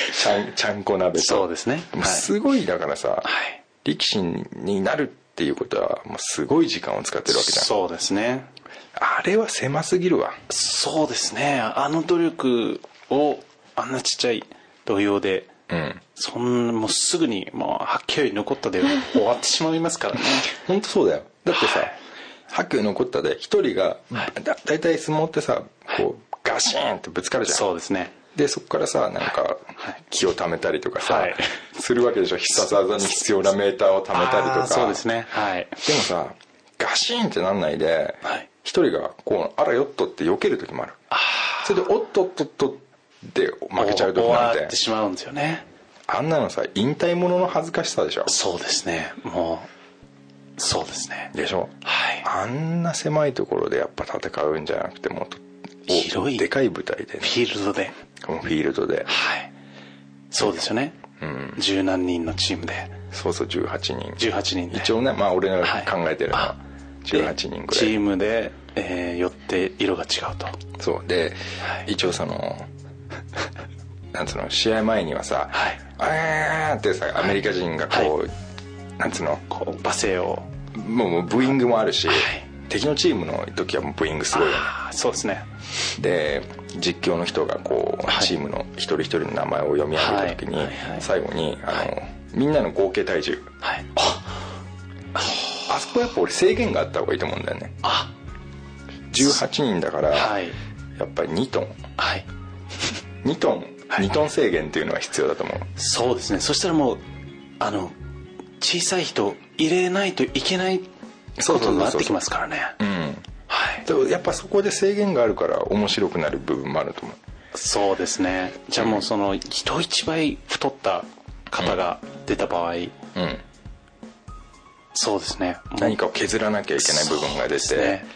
ちゃんこ鍋と。 そうですね、 はい、すごいだからさ、はい、力士になるっていうことはもうすごい時間を使ってるわけじゃん。 そうですね。 あれは狭すぎるわ。 そうですね。努力をあんなちっちゃい土俵で、もうすぐにもう8球残ったで終わってしまいますからね。 本当そうだよ。だってさ、8球残ったで一人が、だいたい相撲ってさ、こうガシーンってぶつかるじゃん。 そうですね。 でそこからさ、なんか気をためたりとかさ、するわけでしょ。必殺技に必要なメーターをためたりとか。 そうですね、はい。 でもさ、ガシーンってなんないで、一人がこうあらよっとって避ける時もある。それでおっとっとっとって負けちゃう時なんて終わってしまうんですよね。 あんなのさ、引退者の恥ずかしさでしょ。 そうですね、もうそうですね。 でしょ、 はい、 あんな狭いところでやっぱ戦うんじゃなくて、もっと広いでかい舞台で、ね、 フィールドで、 フィールドで、 はい、そうですよね。十何人のチームで、 そう18人で、一応ね、まあ俺が考えてるのは18人ぐらいチームで、よって色が違うと。 そうで、一応なんつうの、試合前にはさ、ってさ、アメリカ人がこう、なんつうの、 こう罵声を、 もうブーイングもあるし、敵のチームの時はもうブーイングすごいよね。 そうですね。 で実況の人がこう、チームの一人一人の名前を読み上げた時に、最後にみんなの合計体重、あそこやっぱ俺制限があった方がいいと思うんだよね。18人だから、やっぱり2トン、2トン制限っていうのは必要だと思う。 そうですね。そしたらもう小さい人入れないといけないことになってきますからね。 やっぱそこで制限があるから面白くなる部分もあると思う。 そうですね。じゃあもう人一倍太った方が出た場合、そうですね、 何かを削らなきゃいけない部分が出て、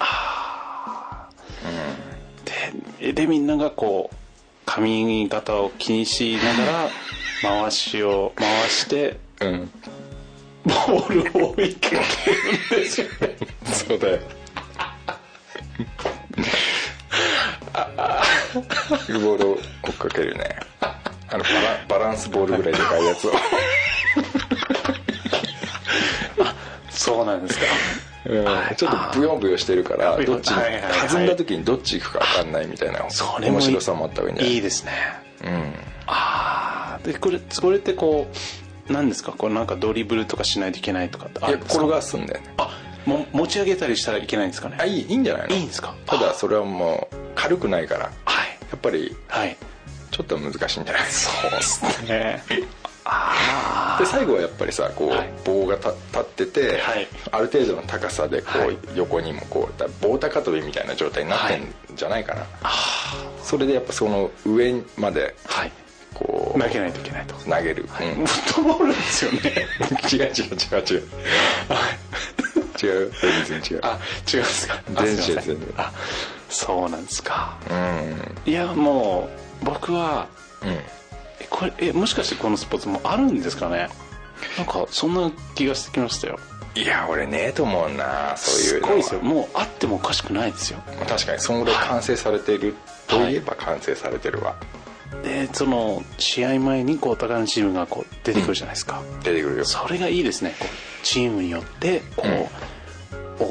でみんながこう髪型を気にしながら回してボールを追いかけるんですよね。 そうだよ。ボールを追っかけるね。バランスボールぐらいでかいやつを。 そうなんですか。 ちょっとブヨブヨしてるから、どっち弾んだ時にどっち行くか分かんないみたいな面白さもあった方がいいんじゃない？ いいですね。でこれってこう何ですか、これなんかドリブルとかしないといけないとかってあるんですか？ 転がすんだよね。 持ち上げたりしたらいけないんですかね？ いいんじゃないの？ いいんですか？ ただそれはもう軽くないから、やっぱりちょっと難しいんじゃない？ そうですね。 で最後はやっぱりさ、こう棒が立ってて、ある程度の高さでこう横にもこう棒高跳びみたいな状態になってんじゃないかな。それでやっぱその上までこう投げないといけないと。 投げる。 フットボールですよね。 違う。違う、全然違う。 違うんですか？ 全然。 そうなんですか。いやもう僕は、これもしかしてこのスポーツもあるんですかね？なんかそんな気がしてきましたよ。 いや俺ねえと思うな、そういうのは。 すごいですよ。もうあってもおかしくないですよ。 確かにそのぐらい完成されているといえば完成されてるわ。 でその試合前にこうお互いのチームがこう出てくるじゃないですか。 出てくるよ。 それがいいですね。こうチームによってこう、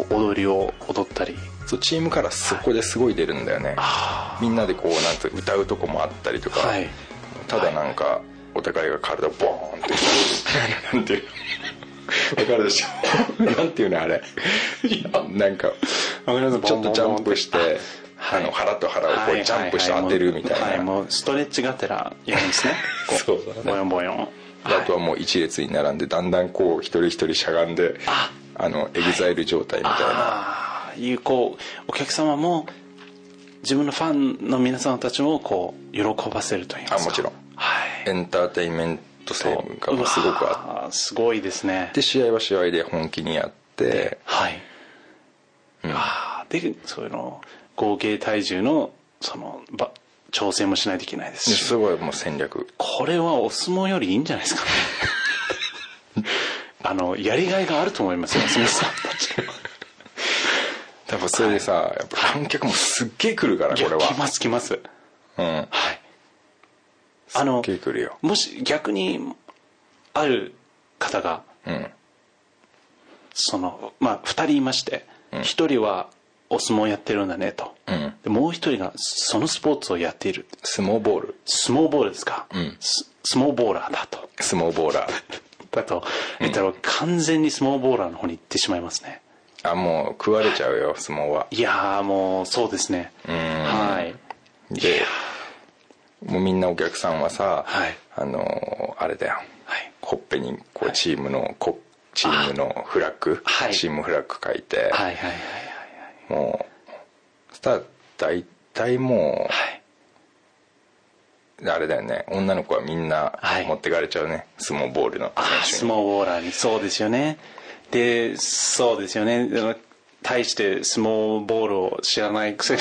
踊りを踊ったり。 そうチームからそこですごい出るんだよね、みんなでこうなんて歌うとこもあったりとか、 はい、 ただなんかお互いが体をボーンってなんていうわかるでしょなんていうのあれなんかちょっとジャンプして腹と腹をこうジャンプして当てるみたいな、 はいもうストレッチがてらやるんですねそうだね、 ボヨンボヨン。 あとはもう一列に並んでだんだんこう一人一人しゃがんでエグザイル状態みたいな、 いうこうお客様も自分のファンの皆さんたちをこう喜ばせるといいますか。 もちろん、 はい、 エンターテインメント性がもすごくあって、 すごいですね。 で試合は試合で本気にやって、 はい、でそういうの合計体重のその調整もしないといけないですし、 すごいもう戦略。 これはお相撲よりいいんじゃないですかねやりがいがあると思いますよ、お相撲さんたち多分それでさ、やっぱ観客もすっげえ来るから、これは来ます、 うん、 はい、 すっげえ来るよ。 もし逆にある方が、その2人いまして、1人はお相撲やってるんだねと、でもう1人がそのスポーツをやっている。 相撲ボールですか、相撲ボーラーだと相撲ボーラーだと言ったら、完全に相撲ボーラーの方に行ってしまいますね。 もう食われちゃうよ相撲は。 いやもうそうですね。はいでもうみんなお客さんはさ、 はい、 あれだよ、はい、ほっぺにこうチームのフラッグ、チームフラッグ書いて、もうスター大体もう、あれだよね、女の子はみんな持ってかれちゃうね、相撲ボールの選手に。 相撲ボーラーに。そうですよね。でそうですよね。対して相撲ボールを知らないくせに、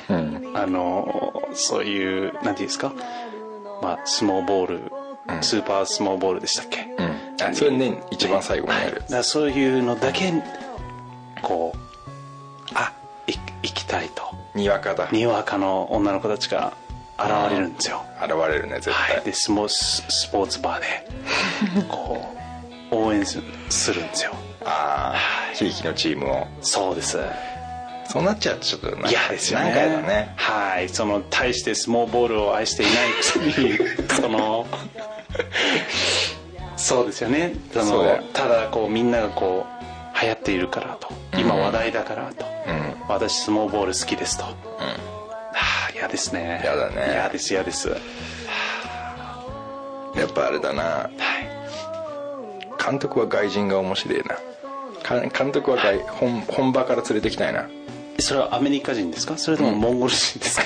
そういうなんていうんですか、相撲ボール、スーパー相撲ボールでしたっけ、 それね一番最後にやる、 だそういうのだけこう行きたいと、にわかの女の子たちが現れるんですよ。 現れるね絶対、 でスポーツバーでこう応援するんですよ。 地域のチームを。 そうです。 そうなっちゃうとちょっと嫌ですよね。 何回だね。 はい。その対して相撲ボールを愛していないくせにそうですよね。ただこうみんながこう流行っているからと、今話題だからと、私相撲ボール好きですと。嫌ですね。 嫌だね。 嫌です。 やっぱあれだな。監督は外人が面白いな。監督は本場から連れてきたいな。 それはアメリカ人ですか、それともモンゴル人ですか、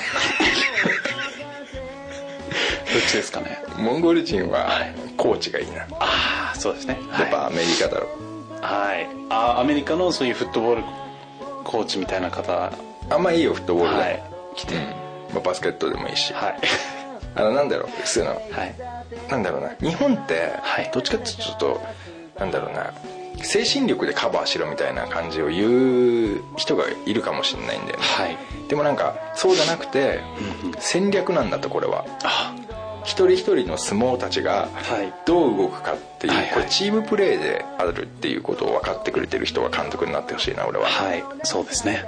どっちですかね。 モンゴル人はコーチがいいな。 そうですね。 やっぱアメリカだろ。 はい。アメリカのそういうフットボールコーチみたいな方。 いいよフットボールで、 はい、来て、 バスケットでもいいし、 なんだろうそういうの、なんだろうな、日本ってどっちかっていうとちょっとなんだろうな、精神力でカバーしろみたいな感じを言う人がいるかもしれないんだよね、でもなんかそうじゃなくて、戦略なんだと。これは一人一人の相撲たちがどう動くかっていう、これチームプレーであるっていうことを分かってくれてる人が監督になってほしいな、俺は。 そうですね。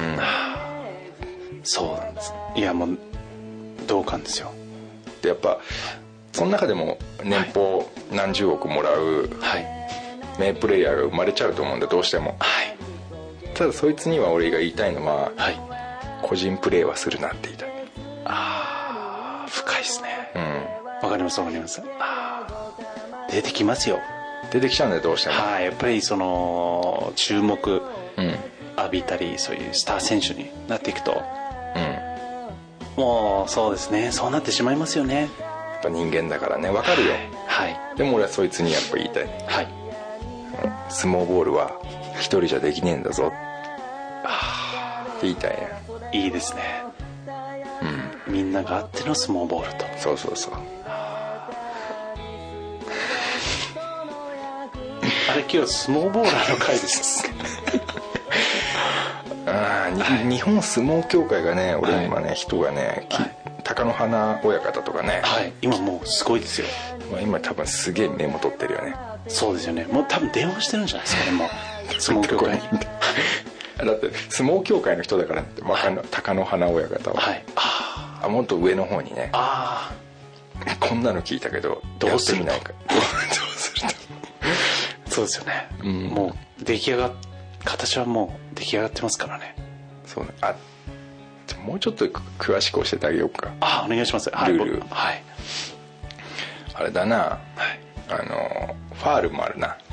そうなんです。いやもう同感ですよ。 でやっぱその中でも年俸何十億もらう名プレイヤーが生まれちゃうと思うんだ、どうしても。ただそいつには俺が言いたいのは、個人プレーはするなって言いたい。 深いですね。わかります。出てきますよ。 出てきちゃうんだよ、どうしても。 やっぱりその注目浴びたり、そういうスター選手になっていくと、もうそうですね、そうなってしまいますよね。 やっぱ人間だからね、わかるよ。でも俺はそいつにやっぱ言いたい。相撲ボールは一人じゃできねえんだぞって言いたいね。 いいですね。みんながあっての相撲ボールと。 そうあれ今日相撲ボーラーの回です日本相撲協会がね、俺今ね、人がね、貴乃花親方とかね、 今もうすごいですよ。 今多分すげえメモ取ってるよね。 そうですよね。もう多分電話してるんじゃないですかね、もう相撲協会にだって相撲協会の人だからって分かんない、貴乃花親方は、 はい、あもっと上の方にね、 あこんなの聞いたけどどうするとやってみないかどうするとそうですよね、もう形はもう出来上がってますからね。 そうね、もうちょっと詳しく教えてあげようか。 お願いします。はい、 ルール、 はい、 あれだな、 はい、 ファールもあるな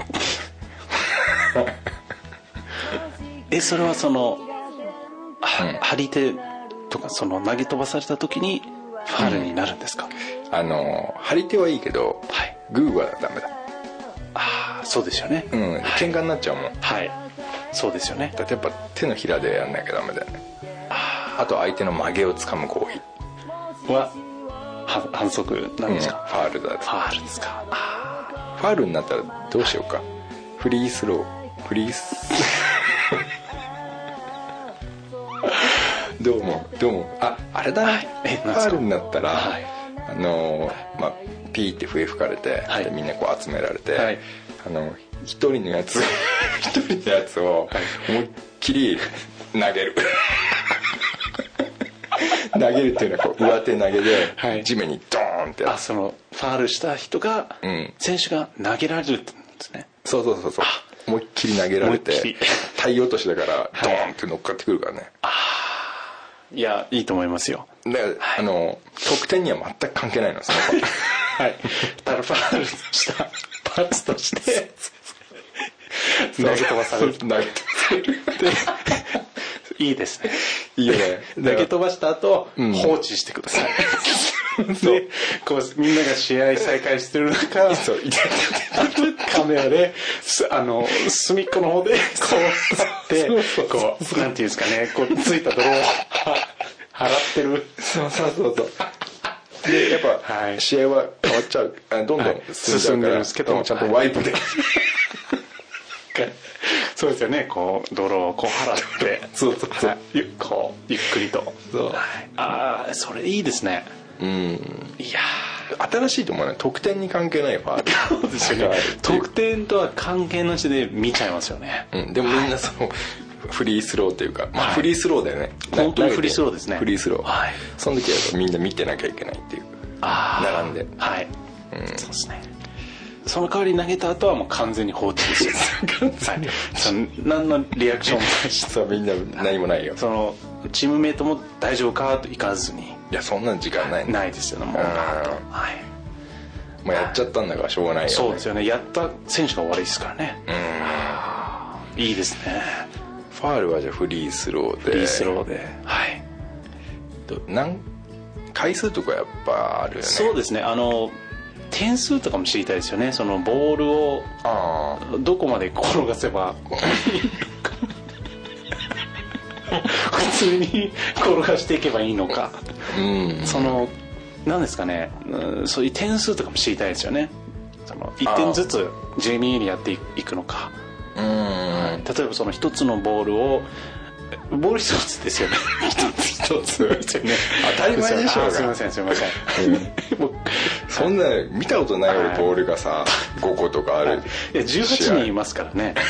それはその、張り手とかその投げ飛ばされた時にファールになるんですか？ 張り手はいいけど、 はい、 グーはダメだ。 そうですよね、 喧嘩になっちゃうもん。 はい、そうですよね。 だってやっぱ手のひらでやんなきゃダメだよね。あと相手の曲げをつかむ行為は反則なんですか？ ファールだ。 ファールですか？ ファールになったらどうしようか。フリースローどうもあれだな、ファールになったら、はい、ピーって笛吹かれて、はい、でみんなこう集められて、はい、一人のやつを思いっきり投げる投げるっていうのはこう上手投げで地面にドーンってそのファールした人が、選手が投げられるんですね。 そう思いっきり投げられて体落としだからドーンって乗っかってくるからね。 いやいいと思いますよ。 で、得点には全く関係ないのそのはい、ただファールした罰として投げ飛ばされるいいですね。 いいよね。 投げ飛ばした後、放置してください。でこうみんなが試合再開してる中、カメラで隅っこの方でこう立ってこうなんていうんですかね、こうついた泥を払ってる。 そうでやっぱ、試合は変わっちゃう、どんどん進んでるんですけど、ちゃんとワイプでそうですよね、こう泥をこう払ってこうゆっくりと。それいいですね。いや新しいと思うね。得点に関係ないファール。 そうですよね。得点とは関係なしで見ちゃいますよね。 でもみんなそのフリースローというか、フリースローだよね。 本当にフリースローですね。 フリースロー。その時はみんな見てなきゃいけないっていう。並んで。 はい。そうですね。その代わり投げた後はもう完全に放置ですよね。何のリアクションもないし、 みんな何もないよ。 そのチームメイトも大丈夫かといかずに。 いやそんな時間ないないですよね。もうもうやっちゃったんだからしょうがないよね。 そうですよね。やった選手が悪いですからね。いいですね。 ファールはじゃあフリースローで。 フリースローで。はい。 回数とかやっぱあるよね。 そうですね。点数とかも知りたいですよね。そのボールをどこまで転がせば普通に転がしていけばいいのか、その何ですかね、そういう点数とかも知りたいですよね。その1点ずつ地味にやっていくのか、例えばその一つのボールをボール一つですよね。一つですよね。 当たり前でしょうが。 すいません。 そんな見たことないよボールがさ5個とかある。 いや18人いますからね。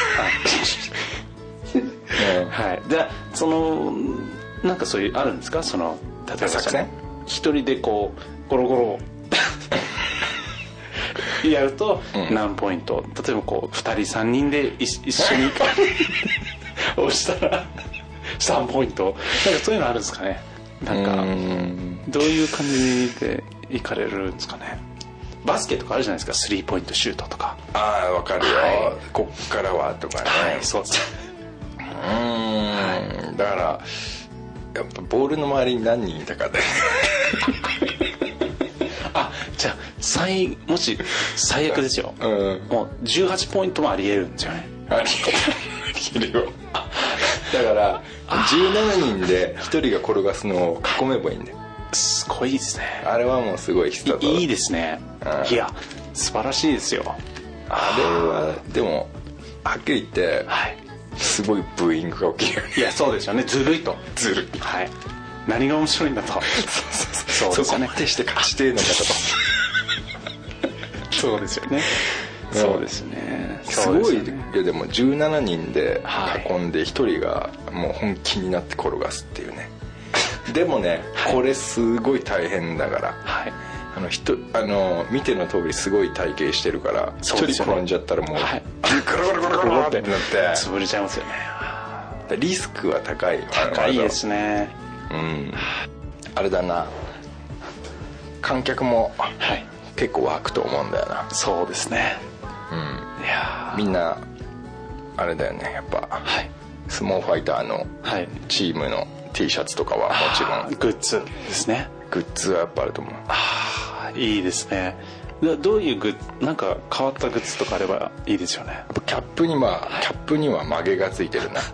はい。じゃあそのなんかそういうあるんですか、その例えば作戦一人でこうゴロゴロやると何ポイント、例えばこう2人3人で一緒に押したら3ポイント、なんかそういうのあるんですかね。なんかどういう感じでいかれるんですかね。バスケとかあるじゃないですか、スリーポイントシュートとか。 わかるよ、こっからはとかね。 そうです。 だからやっぱボールの周りに何人いたかでじゃあもし最悪ですよ、もう18ポイントもありえるんですよね。 ありえるよ。だから17人で1人が転がすのを囲めばいいんだよ。 すごいですね。あれはもうすごい必殺。 いいですね。いや素晴らしいですよ。 あれはでもはっきり言って、すごいブーイングが起きる。 いやそうですよね。ずるいと。 ずるい。 はい。何が面白いんだと。 そうですよね。そこまでして勝ちてえのかと。 そうですよね。 そうですね。 すごいそうですよね。 いやでも17人ではい囲んで1人がもう本気になって転がすっていうね。でもね、これすごい大変だから、 はい。 見ての通りすごい体型してるから一人そうですよね転んじゃったらもう、 はい、 グルグルグルグルってなって潰れちゃいますよね。 リスクは高い。 高いですね。 うん。あれだな、観客もはい。 結構湧くと思うんだよな。 そうですね。 うん。 いやみんなあれだよね、やっぱはい。 相撲ファイターのはい。 チームの T シャツとかはもちろん、 グッズですね。 グッズはやっぱあると思う。 ああ、いいですね。どういうグッズ、なんか変わったグッズとかあればいいですよね。 やっぱキャップには曲げがついてるな。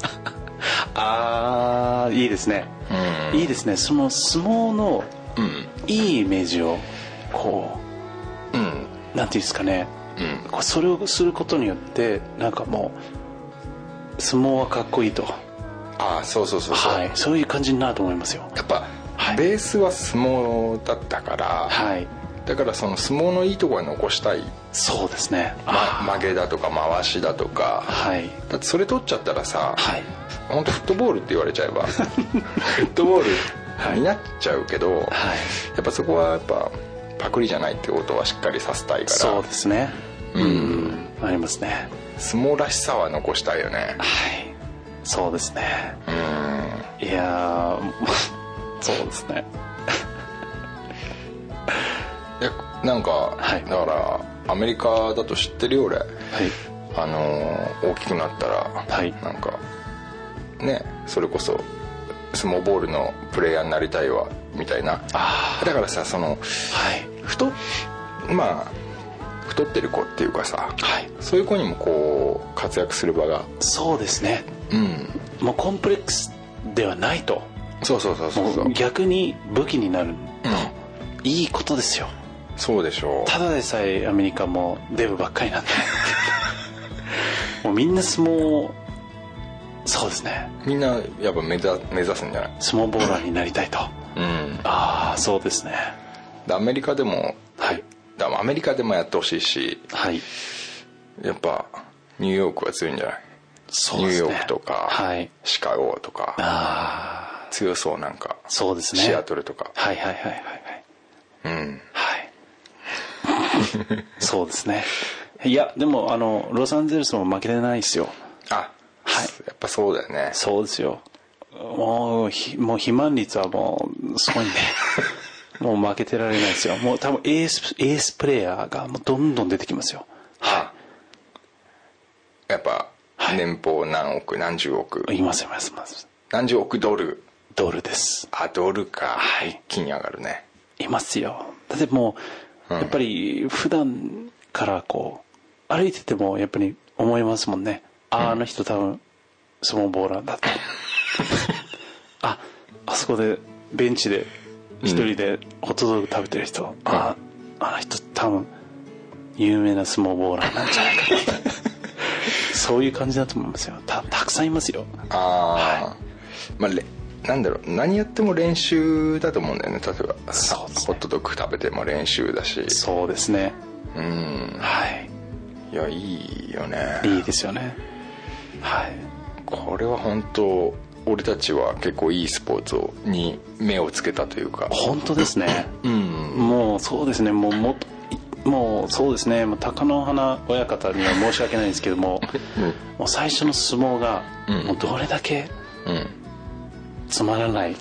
ああ、いいですね。 うん。 いいですね。その相撲のうんいいイメージをこうんうなんていうんですかね。 うん。 こうそれをすることによってなんかもう相撲はかっこいいと。 ああ、そうそうそうそう。 はい。そういう感じになると思いますよ。 やっぱ、 はいベースは相撲だったから、 はい。 だからその相撲のいいところは残したい、 そうですね。 曲げだとか回しだとか、 はい。 だってそれ取っちゃったらさ、 はい。 本当フットボールって言われちゃえばフットボールになっちゃうけど、 はい。 やっぱそこはやっぱパクリじゃないってことはしっかりさせたいから、 そうですね。 うんありますね。 相撲らしさは残したいよね。 はい。そうですね。 うん。 いやーそうですね。 いやなんか、 はいだからアメリカだと知ってるよ俺。 はい。 大きくなったら、 はいなんかね、それこそ相撲ボールのプレイヤーになりたいわみたいな。 あだからさ、そのはい。 まあ太ってる子っていうかさ、 はい。 そういう子にもこう活躍する場が、 そうですね。 うん、 もうコンプレックスではないと。 そうそうそうそうそうもう逆に武器になる。いいことですよ。 そうでしょう。 ただでさえアメリカもデブばっかりなんでもうみんな相撲、そうですね、 みんなやっぱ目指すんじゃない？ 相撲ボーラーになりたいと。 うん。 ああ、そうですね。 でアメリカでも、 はいアメリカでもやってほしいし、 はい。 やっぱニューヨークは強いんじゃない？ そうですね。 ニューヨークとか、 はい。 シカゴとかああ、 強そう。なんかそうですね。 シアトルとか、 はいはいはいはいはい。 うん。 はいそうですね。いやでもロサンゼルスも負けてないですよ。 あ、 はいやっぱそうだよね。 そうですよ。もう肥満率はもうすごいんでもう負けてられないですよ。もう多分エースプレイヤーがもうどんどん出てきますよ。 あ、やっぱ年俸何億何十億、 います何十億ドル。 ドルです。 あ、ドルか、 はい一気に上がるね。 いますよ。だってもう、やっぱり普段からこう歩いててもやっぱり思いますもんね。あの人多分相撲ボーラーだとあそこでベンチで一人でホットドッグ食べてる人、あの人多分有名な相撲ボーラーなんじゃないかなそういう感じだと思いますよ。たくさんいますよ。 ああ、まあなんだろう、何やっても練習だと思うんだよね。例えばそうですね、 ホットドッグ食べても練習だし。 そうですね。はいいや、いいよね。 いいですよね。はい。 これは本当俺たちは結構いいスポーツに目をつけたというか。 本当ですね。もうそうですね。もうそうですね。もう貴乃花親方には申し訳ないんですけども、もう最初の相撲がもうどれだけつまらない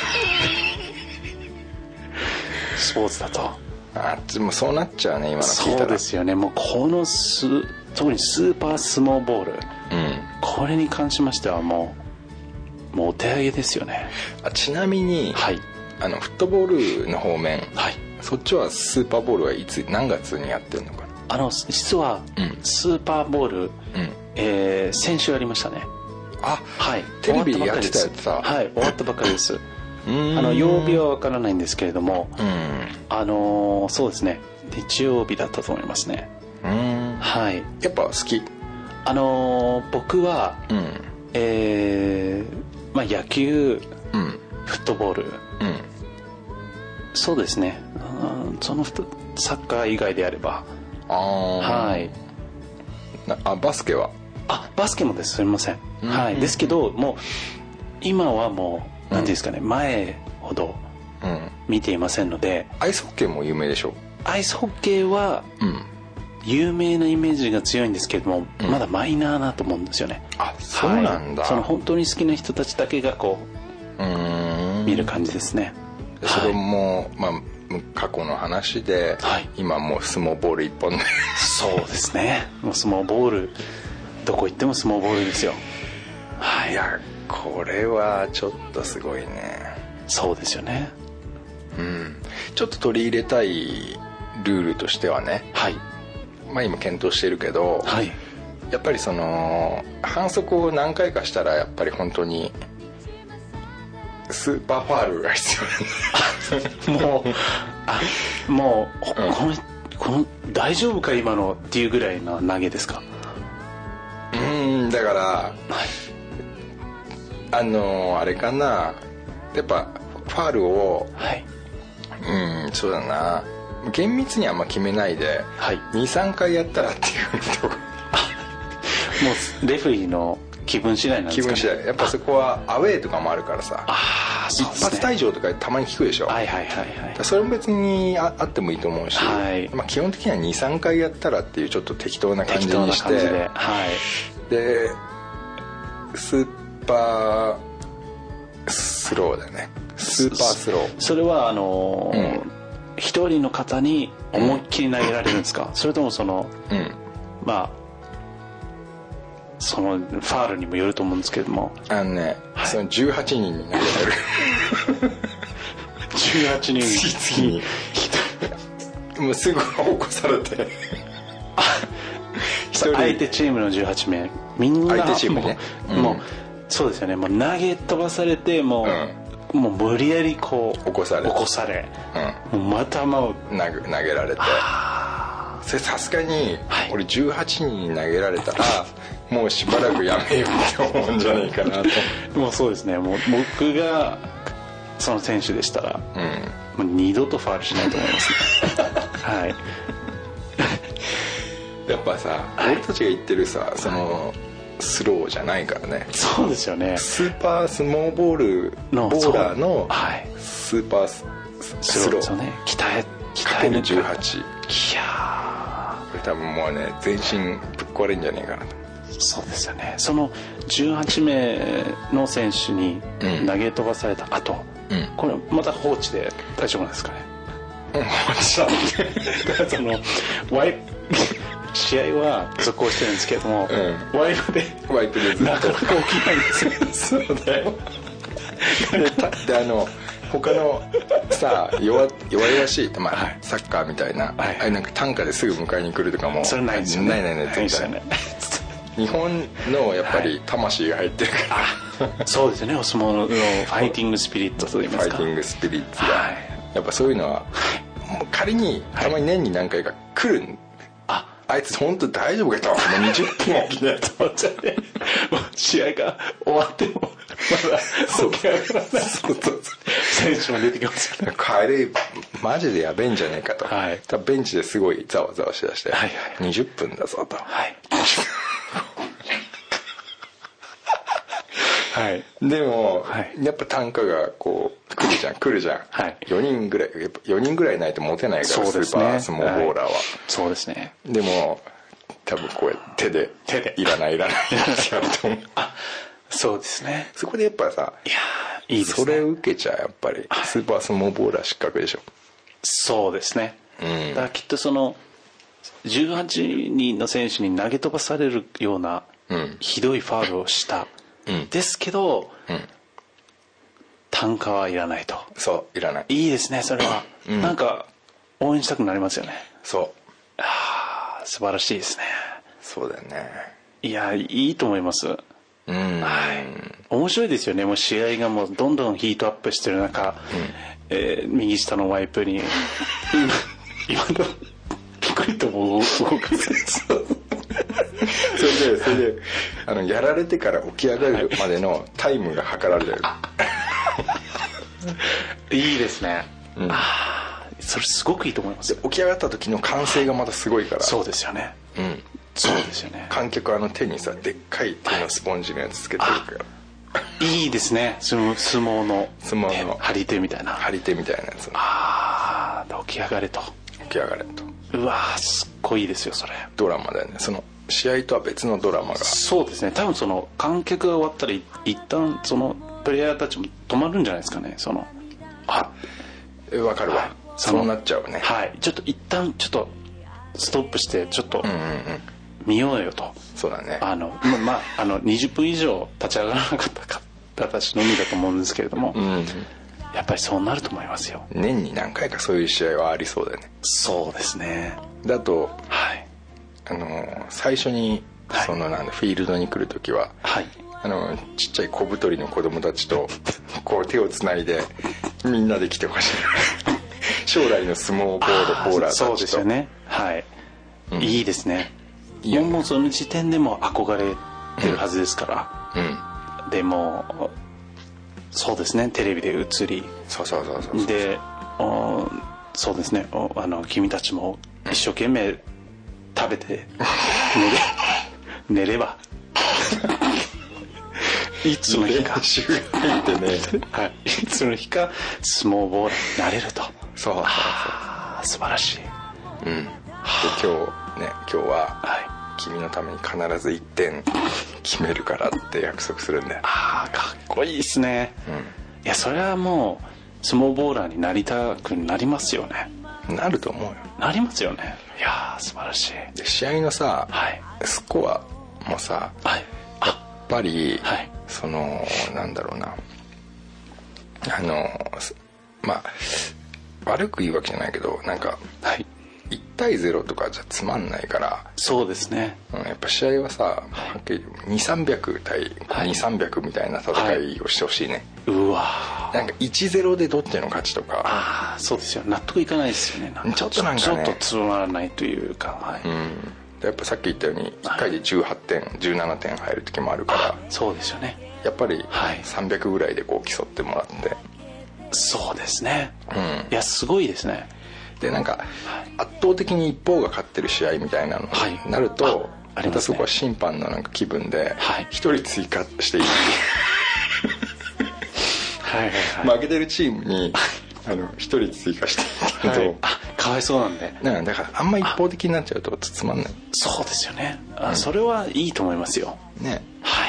スポーツだと。 でもそうなっちゃうね、今の聞いたら。 そうですよね。もうこの特にスーパー相撲ボール、これに関しましてはもうお手上げですよね。 ちなみに、 はい、 フットボールの方面、 はい、 そっちはスーパーボールはいつ何月にやってるのかな。 実はスーパーボール、先週やりましたね。 あ、 はい、 テレビでやってたやつさ。 はい、終わったばっかりです。曜日は分からないんですけれども、そうですね、日曜日だったと思いますね。はい。 やっぱ好き？ 僕は、野球、フットボール、そうですね、サッカー以外であれば、はい、 バスケはバスケもです、すみません、はい、ですけどもう今はもう何ていうんですかね、前ほど見ていませんので。 アイスホッケーも有名でしょ。 アイスホッケーは有名なイメージが強いんですけれども、まだマイナーだと思うんですよね。 そうなんだ、 その本当に好きな人たちだけがこう見る感じですね。 それも、過去の話で、今もう相撲ボール一本でそうですね、もう相撲ボール、どこ行っても相撲ボールですよ。 いやこれはちょっとすごいね。 そうですよね。 ちょっと取り入れたいルールとしてはね、今検討してるけど、やっぱりその反則を何回かしたらやっぱり本当にスーパーファールが必要なんだもうこの大丈夫か今のっていうぐらいの投げですか。 だから、あれかな、やっぱファールを、そうだな、厳密にはあんま決めないで、23回やったらっていうとこもうレフェリーの気分次第なんですかね。 気分次第、やっぱそこはアウェーとかもあるからさ、一発退場とかたまに聞くでしょ。それも別にあってもいいと思うし、基本的には 2,3 回やったらっていうちょっと適当な感じにして、でスーパースローだよね。スーパースロー、 それは一人の方に思いっきり投げられるんですか、それともそのそのファールにもよると思うんですけれども、 その18人に投げられる 18人次にもうすぐ起こされて相手チームの18名みんな相手チームね、 もうそうですよね、もう投げ飛ばされてもう無理やりこう起こされ、 もうまた投げられて、それさすがに俺18人に投げられたらもうしばらくやめようって思うんじゃないかなともうそうですね、もう僕がその選手でしたら、もう二度とファウルしないと思いますねやっぱさ、俺たちが言ってるさ、そのスローじゃないからね。 そうですよね。 スーパースモーボールボーラーのスーパースローね、鍛える18。いやこれ多分もうね全身ぶっ壊れんじゃねえかなと。 そうですよね。その18名の選手に投げ飛ばされた後、これまた放置で大丈夫なんですかね。 放置だその試合は続行してるんですけども、ワイプでなかなか起きないんですよ。そうだよ。 で他のさ弱々しい、サッカーみたいな、なんか単価ですぐ迎えに来るとかもそれないですよね。 ない絶対日本のやっぱり魂が入ってるから、 そうですね、お相撲のファイティングスピリットといいますか、 ファイティングスピリッツが、やっぱそういうのはもう仮にたまに年に何回か来るあいつ本当大丈夫かと、もう20分起きないと思っちゃってもう試合が終わってもまだ起き上がらない選手も出てきますよね。 帰りマジでやべえんじゃねえかと、多分ベンチですごいざわざわしだして、20分だぞと、でも、やっぱ単価がこう来るじゃん、4人ぐらいやっぱ4人ぐらいないと持てないから、スーパー相撲ボーラーは、 そうですね。 でも多分こうやって手でいらないってやると思うそうですね。 そこでやっぱさ、 いいですね、 それを受けちゃやっぱりスーパー相撲ボーラー失格でしょ。 そうですね、だからきっとその18人の選手に投げ飛ばされるようなひどいファウルをしたですけど、単価はいらないと。 そういらない。 いいですねそれは、なんか応援したくなりますよね。 そう素晴らしいですね。 そうだよね。 いやいいと思います。面白いですよね。もう試合がもうどんどんヒートアップしてる中、右下のワイプに今のピクリとも動かせそれでやられてから起き上がるまでのタイムが測られるいいですね、それすごくいいと思います。 起き上がった時の歓声がまたすごいから、 そうですよね、 そうですよね。 観客手にさでっかい手のスポンジのやつつけてるから、 いいですね。相撲の張り手みたいな張り手みたいなやつ。 ああ、起き上がれと。 起き上がれと。 うわー、すっごいいいですよそれ。 ドラマだよね。その試合とは別のドラマが。 そうですね。多分その観客が終わったら一旦そのプレイヤーたちも止まるんじゃないですかね。そのわかるわ、はい、そうなっちゃうね。 はい、ちょっと一旦ちょっとストップしてちょっと見ようよと。 そうだね。 20分以上立ち上がらなかった方たちのみだと思うんですけれども、やっぱりそうなると思いますよ。 年に何回かそういう試合はありそうだよね。 そうですね。 だと、 はい、 最初にそのフィールドに来る時は、はい、ちっちゃい小太りの子供たちとこう手をつないでみんなで来てほしい将来の相撲ボーラーたちと。 そうですよね。はい、いいですね。もうその時点でも憧れてるはずですから、でもそうですね、テレビで映り、 そうでそうですね、君たちも一生懸命食べて寝ればいつの日か練習が入ってねはい、いつの日か相撲ボーラーになれると。 そう素晴らしい。 で今日は、はい、君のために必ず1点決めるからって約束するんだよ。 かっこいいですね。いや、それはもう相撲ボーラーになりたくなりますよね。 なると思うよ。 なりますよね。いや、素晴らしい。 で試合のさ、はい、スコアもさ、はい、やっぱり、はい、そのなんだろうな、まあ悪く言うわけじゃないけど、なんか、はい、1対0とかじゃつまんないから。 そうですね。 やっぱ試合はさ、はっきり200-300対200-300みたいな戦いをしてほしいね。 うわ。 なんか 1-0 でどっちの勝ちとか。 そうですよ。納得いかないですよね。 ちょっとなんかね。 ちょっとつまらないというか。はい、 やっぱさっき言ったように1回で18点、17点入る時もあるから。 そうですよね。 やっぱり300ぐらいでこう競ってもらって。 そうですね。いや、すごいですね。 でなんか圧倒的に一方が勝ってる試合みたいなのになると、またそこは審判のなんか気分で一人追加していい負けてるチームに一人追加していいけど、 かわいそうなんで。 だからあんま一方的になっちゃうとつまんない。 そうですよね。それはいいと思いますよね。はい。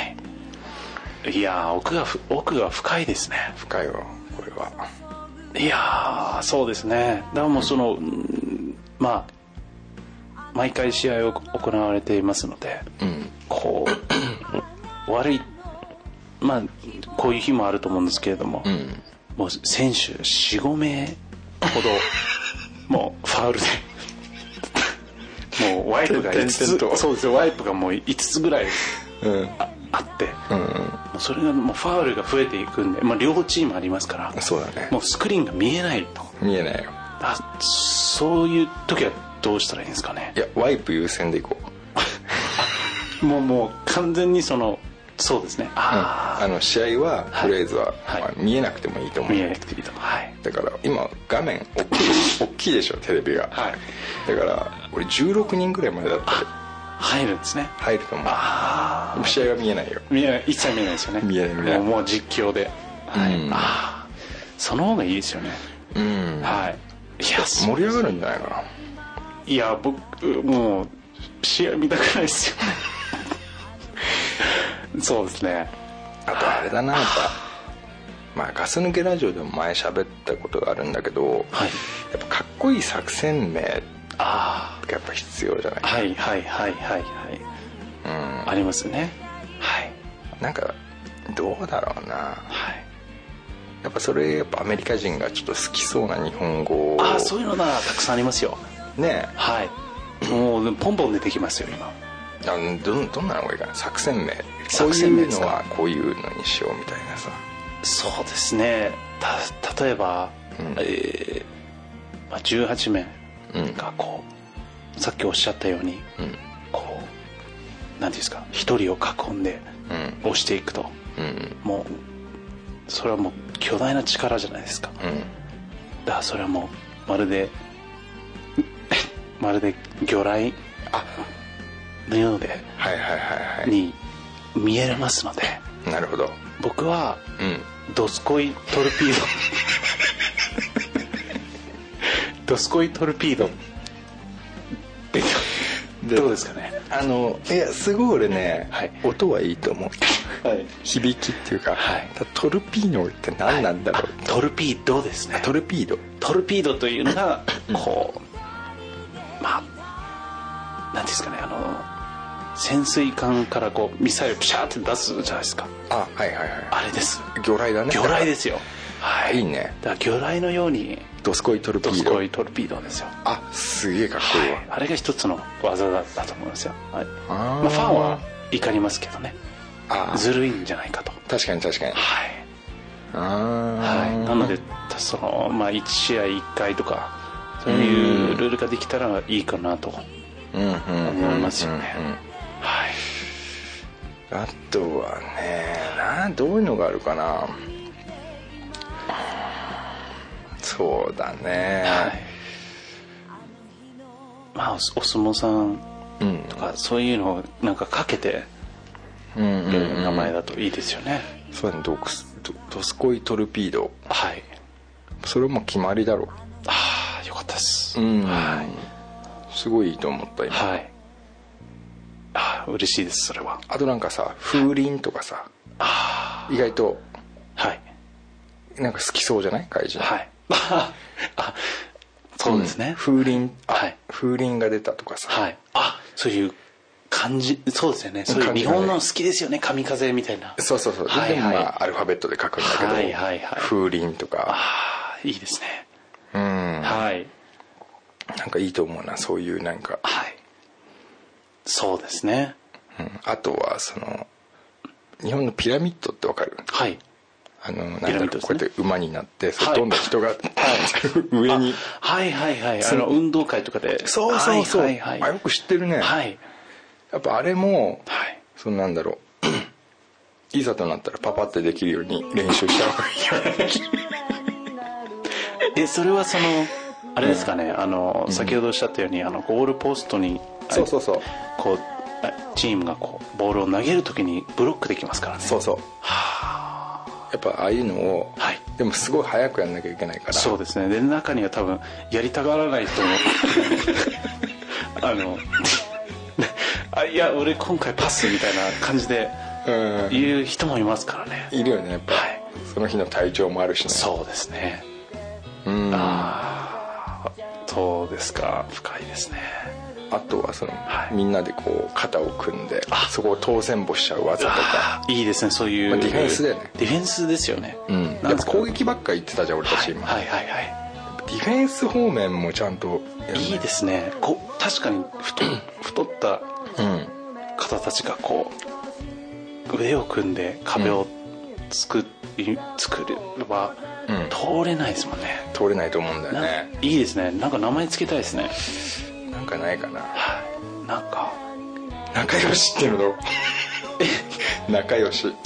いや、奥が深いですね。 深いよこれは。 いや、そうですね。だからもうその、まあ毎回試合を行われていますので、こう悪い、まあこういう日もあると思うんですけれども、もう選手 4,5 名ほどもうファウルでもうワイプが5つそうですよ、ワイプがもう5つぐらいあって、もうそれがもうファウルが増えていくんで、両チームありますから、そうだね、もうスクリーンが見えないと。 見えないよ。 そういう時はどうしたらいいんですかね。 いや、ワイプ優先でいこうもう完全にそうですね。 試合はフレーズは、見えなくてもいいと思う。 見えなくていいと思う。 だから今画面大きいでしょテレビが。だから俺16人ぐらいまでだったら入るんですね。 入ると思う。試合は見えないよ。 一切見えないですよね。 見えない。 もう実況で。その方がいいですよね。はい。いや、 盛り上がるんじゃないかな。 いや、僕もう試合見たくないですよね。そうですね。 あとあれだな、やっぱガス抜けラジオでも前喋ったことがあるんだけど、やっぱかっこいい作戦名がやっぱ必要じゃないかな。 ありますよね。 なんかどうだろうな。やっぱそれやっぱアメリカ人がちょっと好きそうな日本語。 そういうのならたくさんありますよね。 もうポンポン出てきますよ今。 どんなのがいいかな。作戦名、こういうのはこういうのにしようみたいなさ。 そうですね。例えば、18名がこう、さっきおっしゃったように、こう何ていうんですか、一人を囲んで押していくと、もうそれはもう巨大な力じゃないですか。だからそれはもうまるで魚雷布ではいはいはいはいに見えますので、 なるほど。 僕はうんドスコイトルピードドスコイトルピードでどうですかね。 いやすごい俺ね、 はい音はいいと思う。 はい響きっていうか、 はいトルピーノって何なんだろう、 トルピードですね。 トルピード。 トルピードというのがこうまあ何ですかね、潜水艦からこうミサイルピシャーって出すじゃないですか。 あはいはいはい。 あれです。 魚雷だね。 魚雷ですよ。はい。 いいね。 だから魚雷のようにドスコイトルピード。 ドスコイトルピードですよ。 あすげえかっこいいわ、 はい、あれが一つの技だったと思いますよ。はい。 あまあファンは怒りますけどね。 あずるいんじゃないかと。 確かに確かに。 はい。 あはい。なのでまあ1試合1回とかそういうルールができたらいいかなと思いますよね。はい。 あとはねどういうのがあるかな。そうだね、 はい。まあお相撲さんとかそういうのをなんかかけてる名前だといいですよね。 そうだね。ドスコイトルピード。 はい。 それも決まりだろう。 ああよかったです。 はい。すごいいいと思った今。 はい。ああ嬉しいですそれは。 あとなんかさ風鈴とかさ、意外とはいなんか好きそうじゃない怪人。 はい。あそうですね。 風鈴、 はい。 風鈴が出たとかさ。 はい。あそういう感じ。そうですよね。そういう日本の好きですよね。神風みたいな。 そうそうそう。 はいはい、 でもまあアルファベットで書くんだけど、 はいはいはい、 風鈴とか。 ああいいですね。はい。 なんかいいと思うなそういうなんか。 はい。そうですね。 あとは日本のピラミッドってわかる？ はい。 なんだろう、こうやって馬になってどんどん人が上に。 はいはいはい。運動会とかで。 そうそうそう。 はいはいはい、 よく知ってるね。 はい。 やっぱあれも、 はい、 なんだろういざとなったらパパってできるように練習した方がいい。 それはあれですかね、先ほどおっしゃったようにゴールポストにそうそうそうこうチームがこうボールを投げるときにブロックできますからね。 そうそう。やっぱああいうのを、 はい、 でもすごい早くやんなきゃいけないから。 そうですね。で中には多分やりたがらない人もいや俺今回パスみたいな感じで言う人もいますからね。 いるよねやっぱ、はい、その日の体調もあるしね。 そうですね。そうですか。深いですね。 あとははい、みんなでこう肩を組んでそこを当選簿しちゃう技とか。 いいですね。そういう、 ディフェンスだよね。 ディフェンスですよね。 やっぱ攻撃ばっか言ってたじゃん俺たち今。 はいはいはい。 ディフェンス方面もちゃんといいですね。確かに太った方たちがこう腕を組んで壁を作るのは通れないですもんね。 通れないと思うんだよね。 いいですね。なんか名前つけたいですね。 なんかないかな。 なんか仲良しっていうの仲良し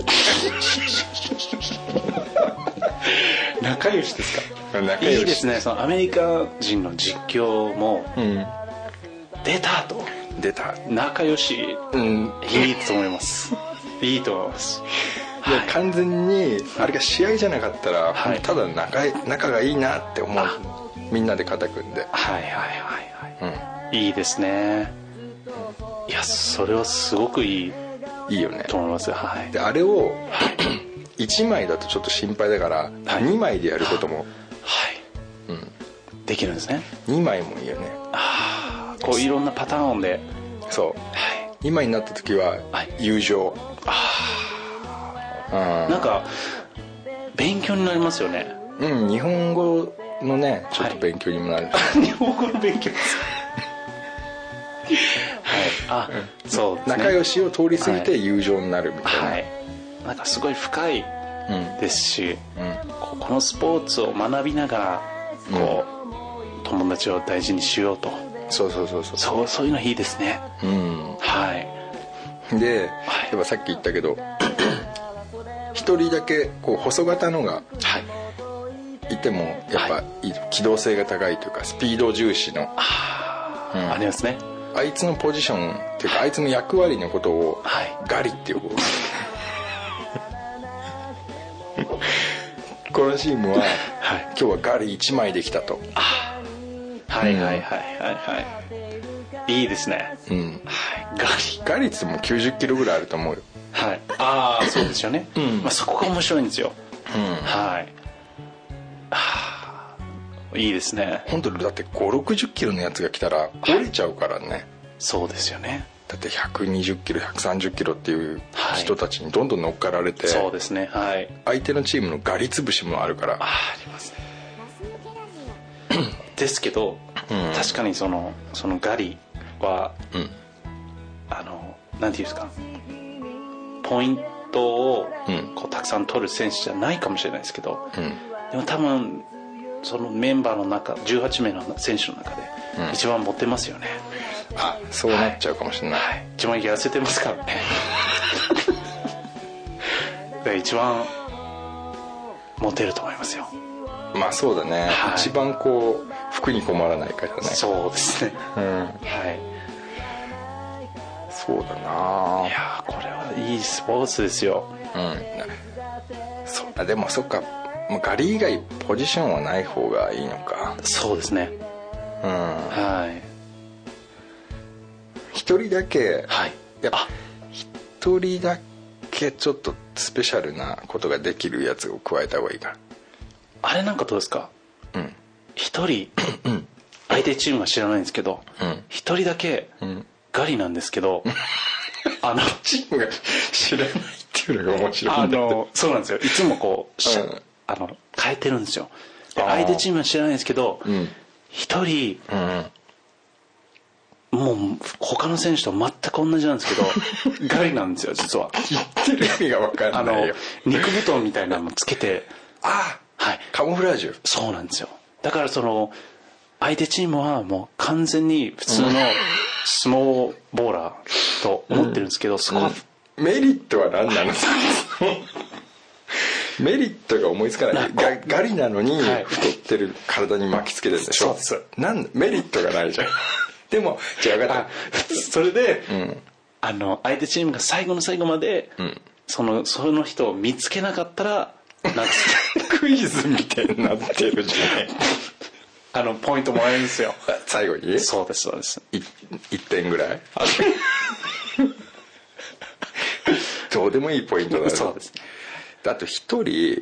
仲良しですか。 仲良しいいですね。アメリカ人の実況も、出たと出た仲良し、いいと思いますいいと思います。 いや完全にあれが試合じゃなかったら、ただ仲がいいなって思う。みんなで肩組んで。 はいはいはいはい、いいですね。いやそれはすごくいいよねと思います。はい。 であれを1枚だとちょっと心配だから2枚でやることもできるんですね。 2枚もいいよね。 こういろんなパターンで。 そう、2枚になった時は友情。 なんか勉強になりますよね。 日本語のねちょっと勉強にもなる、 日本語の勉強ですはい。そうですね。 仲良しを通り過ぎて友情になるみたいな。 はい。なんかすごい深いですし、このスポーツを学びながらこう友達を大事にしようと。そういうのいいですね。はい。 で、やっぱさっき言ったけど一人だけこう細型のがいてもやっぱ機動性が高いというかスピード重視のありますね。 あいつのポジションっていうかあいつの役割のことをガリって呼ぶ、このチームは、今日はガリ1枚できたと。 はいはいはいはいはい、いいですね。 ガリって言っても90キロぐらいあると思うよ。 はい、ああそうですよね、そこが面白いんですよ。いいですね。 本当だって560キロのやつが来たら折れちゃうからね。 そうですよね。 だって120キロ130キロっていう人たちにどんどん乗っかられて、 そうですね、 相手のチームのガリ潰しもあるから。 ありますね。ですけど、確かにそのガリは、なんていうんですか、ポイントをこうたくさん取る選手じゃないかもしれないですけど、でも多分そのメンバーの中18名の選手の中で一番持ってますよね。 そうなっちゃうかもしれない、 一番痩せてますからね。一番モテると思いますよ。 まあそうだね、一番こう服に困らないからね。 そうですね、 そうだな。 いやこれはいいスポーツですよ。 でもそっか、ガリ以外ポジションはない方がいいのか。 そうですね。 一人だけ、やっぱ一人だけちょっとスペシャルなことができるやつを加えた方がいいから。 あれなんかどうですか。一人相手チームは知らないんですけど、一人だけガリなんですけど、 チームが知らないっていうのが面白いんだって。 そうなんですよ。いつもこう変えてるんですよ。相手チームは知らないんですけど、一人、もう他の選手と全く同じなんですけどガリなんですよ実は。 言ってる意味が分かんないよ。 肉布団みたいなのつけて、 カモフラージュ。 そうなんですよ。だからその相手チームはもう完全に普通の相撲ボーラーと思ってるんですけど、そこはメリットは何なの？メリットが思いつかない。ガリなのに太ってる体に巻きつけてるんでしょ。メリットがないじゃん。でもじゃあ分かった。 それで、相手チームが最後の最後まで、その人を見つけなかったらなんかクイズみたいになってるじゃない。ポイントもらえるんですよ最後に。 そうですそうです。 1点ぐらい。どうでもいいポイントだね。 そうです。 あと一人、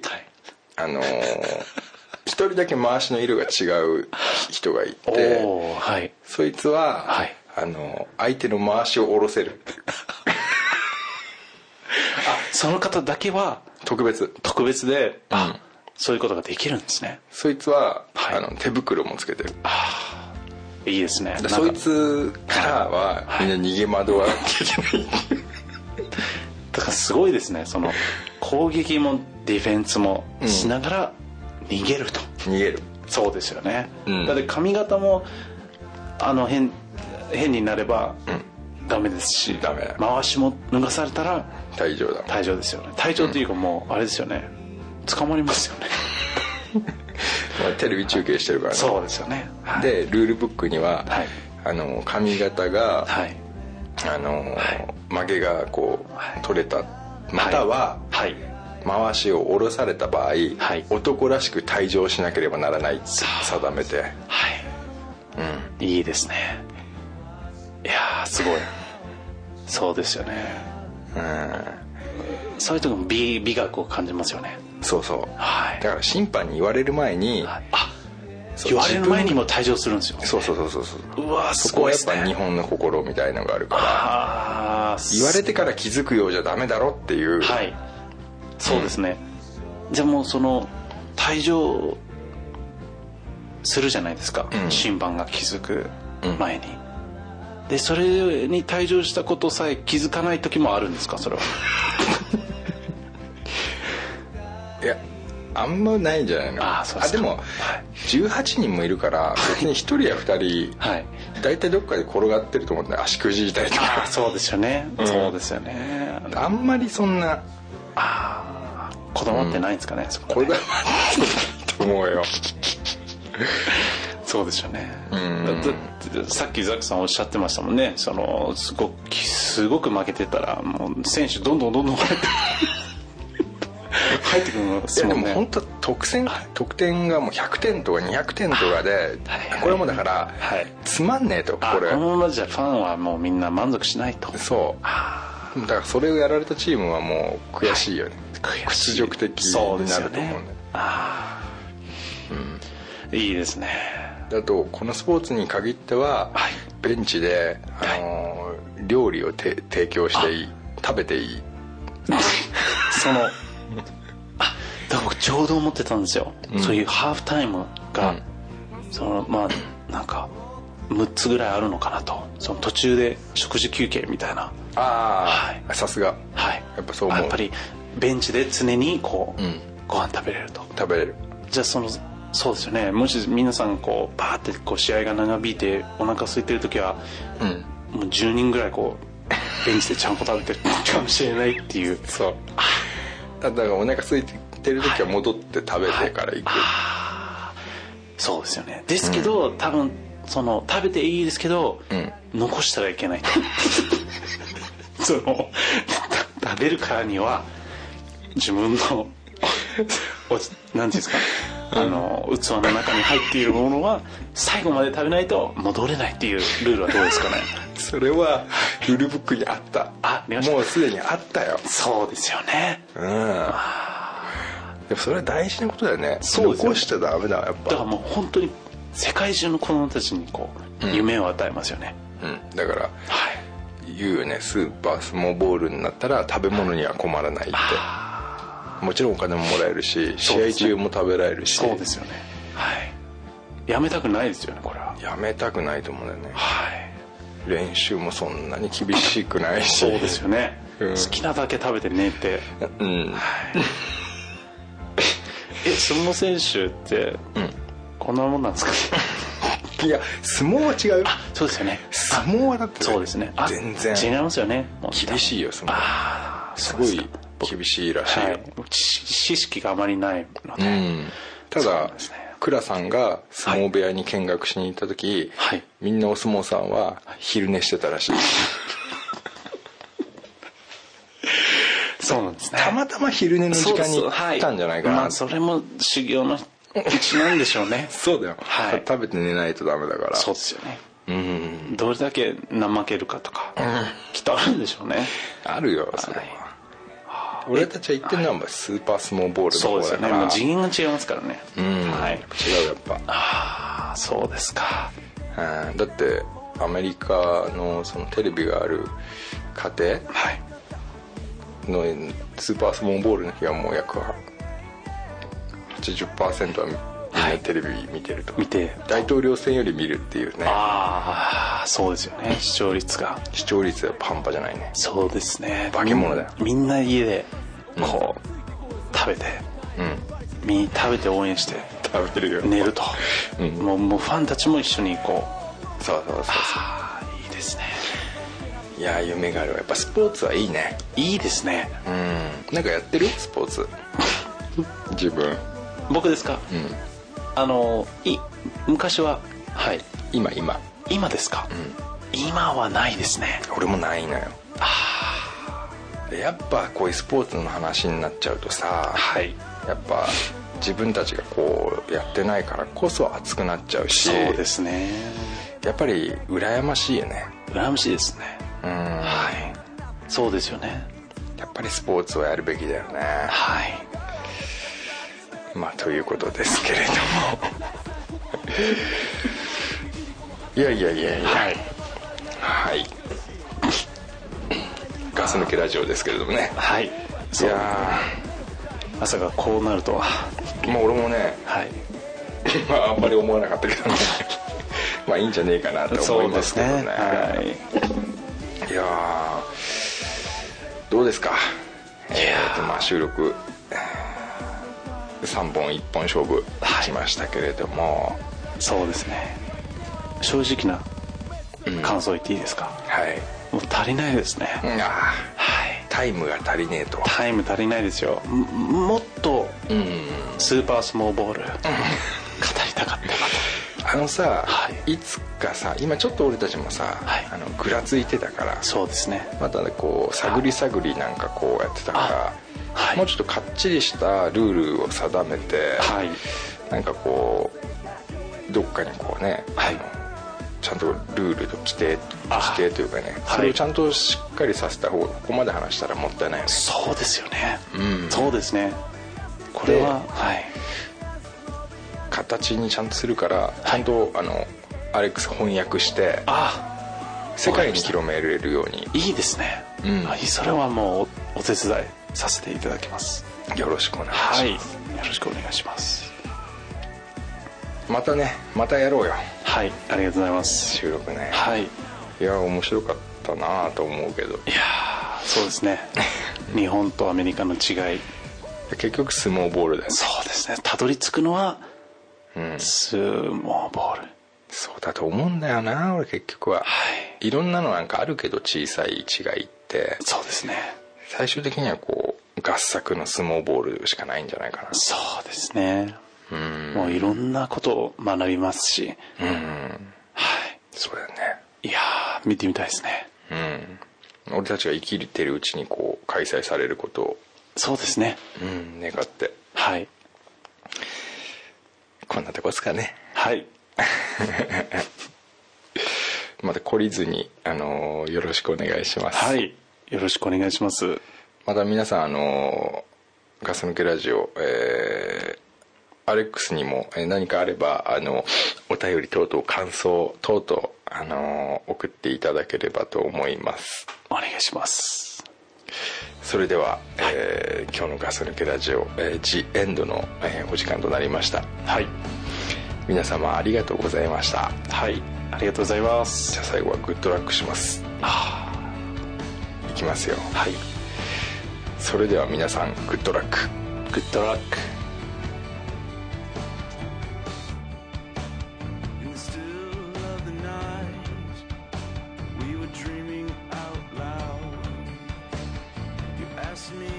一人だけ回しの色が違う人がいて、そいつは、相手の回しを下ろせるっていう。 その方だけは特別で、そういうことができるんですね。 そいつは、手袋もつけてる。 いいですね。 そいつからはみんな逃げ惑わなきゃいけない。 だからすごいですね。その攻撃もディフェンスもしながら逃げると。 逃げる。 そうですよね。だって髪型も変になればダメですし、回しも脱がされたら退場ですよね。退場っていうかもうあれですよね。捕まりますよね。 テレビ中継してるからね。 そうですよね。 でルールブックには、髪型が、曲げがこう取れた、または、回しを下ろされた場合、男らしく退場しなければならないって定めて、 いいですね。いやすごい。そうですよね。そういうとこも美学を感じますよね。 そうそう、だから審判に言われる前に、 言われる前にも退場するんですよ。 そう。 うわそこはやっぱ日本の心みたいなのがあるから、言われてから気づくようじゃダメだろっていう。 そうですね。じゃあもうその退場するじゃないですか、審判が気づく前に。でそれに退場したことさえ気づかない時もあるんですか、それは。 いやあんまないんじゃないの。でも、18人もいるから別に1人や2人、大体どっかで転がってると思うんだよ。足くじいたりとか。そうですよね。そうですよね。あんまりそんなこだわってないんですかね、そこね。 こだわってないと思うよ。 そうですよね。 うんだってさっきザックさんおっしゃってましたもんね。すごく負けてたらもう選手どんどん入ってくるのですいやもんね。 でも本当得点がもう100点とか200点とかで、これもだから、つまんねえと、これこのままじゃファンはもうみんな満足しないと。 そうだからそれをやられたチームはもう悔しいよね、屈辱的になると思うんだよ。 いいですね。 だとこのスポーツに限っては、ベンチで、料理を提供していい、食べていいだから僕ちょうど思ってたんですよ、そういうハーフタイムが、なんか6つぐらいあるのかなと、その途中で食事休憩みたいな。 さすが、やっぱそう思う。 やっぱりベンチで常にこう、ご飯食べれると。 食べれる。 じゃあそうですよね。もし皆さんこうバーってこう試合が長引いてお腹空いてる時は、もう10人ぐらいこうベンチでちゃんこ食べてるかもしれないっていう。 そうだからお腹空いてる時は戻って食べてから行く、 そうですよね。ですけど、多分食べていいですけど、残したらいけないと食べるからには自分の何ていうんですか、器の中に入っているものは最後まで食べないと戻れないっていうルールはどうですかね。 それはルールブックにあった。もうすでにあったよ。 そうですよね。 でもそれは大事なことだよね。残しちゃダメだ、やっぱ。 だからもう本当に世界中の子供たちにこう、夢を与えますよね。 だから、言うよね、スーパースモーボールになったら食べ物には困らないって。もちろんお金ももらえるし、試合中も食べられるし。 そうですよね。やめたくないですよね、これは。 やめたくないと思うんだよね。練習もそんなに厳しくないし。 そうですよね。好きなだけ食べて寝て。相撲選手って、こんなもんなんですか？ いや、相撲は違う。 そうですよね。 相撲はだってそうですね。 全然違いますよね。 厳しいよ、相撲。すごい厳しいらしいよ。 知識があまりないので。 ただ倉さんが相撲部屋に見学しに行った時、みんなお相撲さんは昼寝してたらしい。 そうなんですね。 たまたま昼寝の時間に来たんじゃないかな。 それも修行のうちなんでしょうね。 そうだよ。食べて寝ないとダメだから。 そうですよね。どれだけ怠けるかとか、きっとあるんでしょうね。 あるよ、それは。俺たちは言ってるのはスーパースモーボールの方だから。 そうですよね。次元が違いますからね。 違う、やっぱ。 そうですか。 だってアメリカのそのテレビがある家庭のスーパースモーボールの日はもう約 80% はみんなテレビ見てると。大統領選より見るっていうね。 そうですよね。視聴率は半端じゃないね。 そうですね。 化け物だよ。 みんな家でこう食べて食べて応援して食べてるよ、 寝ると。もうファンたちも一緒にこう。そういいですね。 いや、夢があるわ。やっぱスポーツはいいね。 いいですね。 なんかやってるスポーツ自分。 僕ですか？昔は今ですか？今はないですね。 俺もないのよ。やっぱこういうスポーツの話になっちゃうとさ、やっぱ自分たちがこうやってないからこそ熱くなっちゃうし。 そうですね。 やっぱり羨ましいよね。 羨ましいですね。そうですよね。 やっぱりスポーツをやるべきだよね。ということですけれどもいやガス抜けラジオですけれどもね。いや、 まさかこうなるとは。 俺もね、あんまり思わなかったけどねいいんじゃねえかなと思いますけどね。いや、どうですか。収録3本1本勝負しましたけれども、 そうですね。正直な感想言っていいですか？もう足りないですね。 タイムが足りねえと。 タイム足りないですよ。もっとスーパースモーボール語りたかったなと。 さ、 はい、 いつかさ、今ちょっと俺たちもさ、 はい、 ぐらついてたから、 そうですね、 またねこう探り探りなんかこうやってたから、はい、もうちょっとかっちりしたルールを定めて、はい、なんかこうどっかにこうね、はい、ちゃんとルールと規定というかね、それをちゃんとしっかりさせた方が、ここまで話したらもったいないよね。 そうですよね、うん、そうですね。これは、はい、 形にちゃんとするから、ちゃんとアレックス翻訳して世界に広めれるように。 いいですね、うん、それはもうお手伝いさせていただきます。 よろしくお願いします、はい、よろしくお願いします。 またね、またやろうよ。 はい、ありがとうございます。 収録ね、 はい、 いや面白かったなと思うけど。いやそうですね日本とアメリカの違い、 結局相撲ボールだよね。 そうですね、たどり着くのは、うん、相撲ボール。 そうだと思うんだよな俺結局は、はい、いろんなのなんかあるけど小さい違いって、 そうですね、 最終的にはこう合作の相撲ボールしかないんじゃないかな。 そうですね、もういろんなことを学びますし、はい、 そうだよね。 いや見てみたいですね。 俺たちが生きてるうちにこう開催されることを、 そうですね、 願って、 はい、 こんなとこですかね。 はいまた懲りずに、よろしくお願いします。 はい、よろしくお願いします。 また皆さんガス抜けラジオ、アレックスにも何かあればお便り等々感想等々送っていただければと思います。 お願いします。 それでは、今日のガス抜けラジオ、ジエンドの、お時間となりました。 はい、 皆様ありがとうございました。 はい、ありがとうございます。 じゃあ最後はグッドラックします。いきますよ。 はい、 それでは皆さんグッドラック。 グッドラック。 Me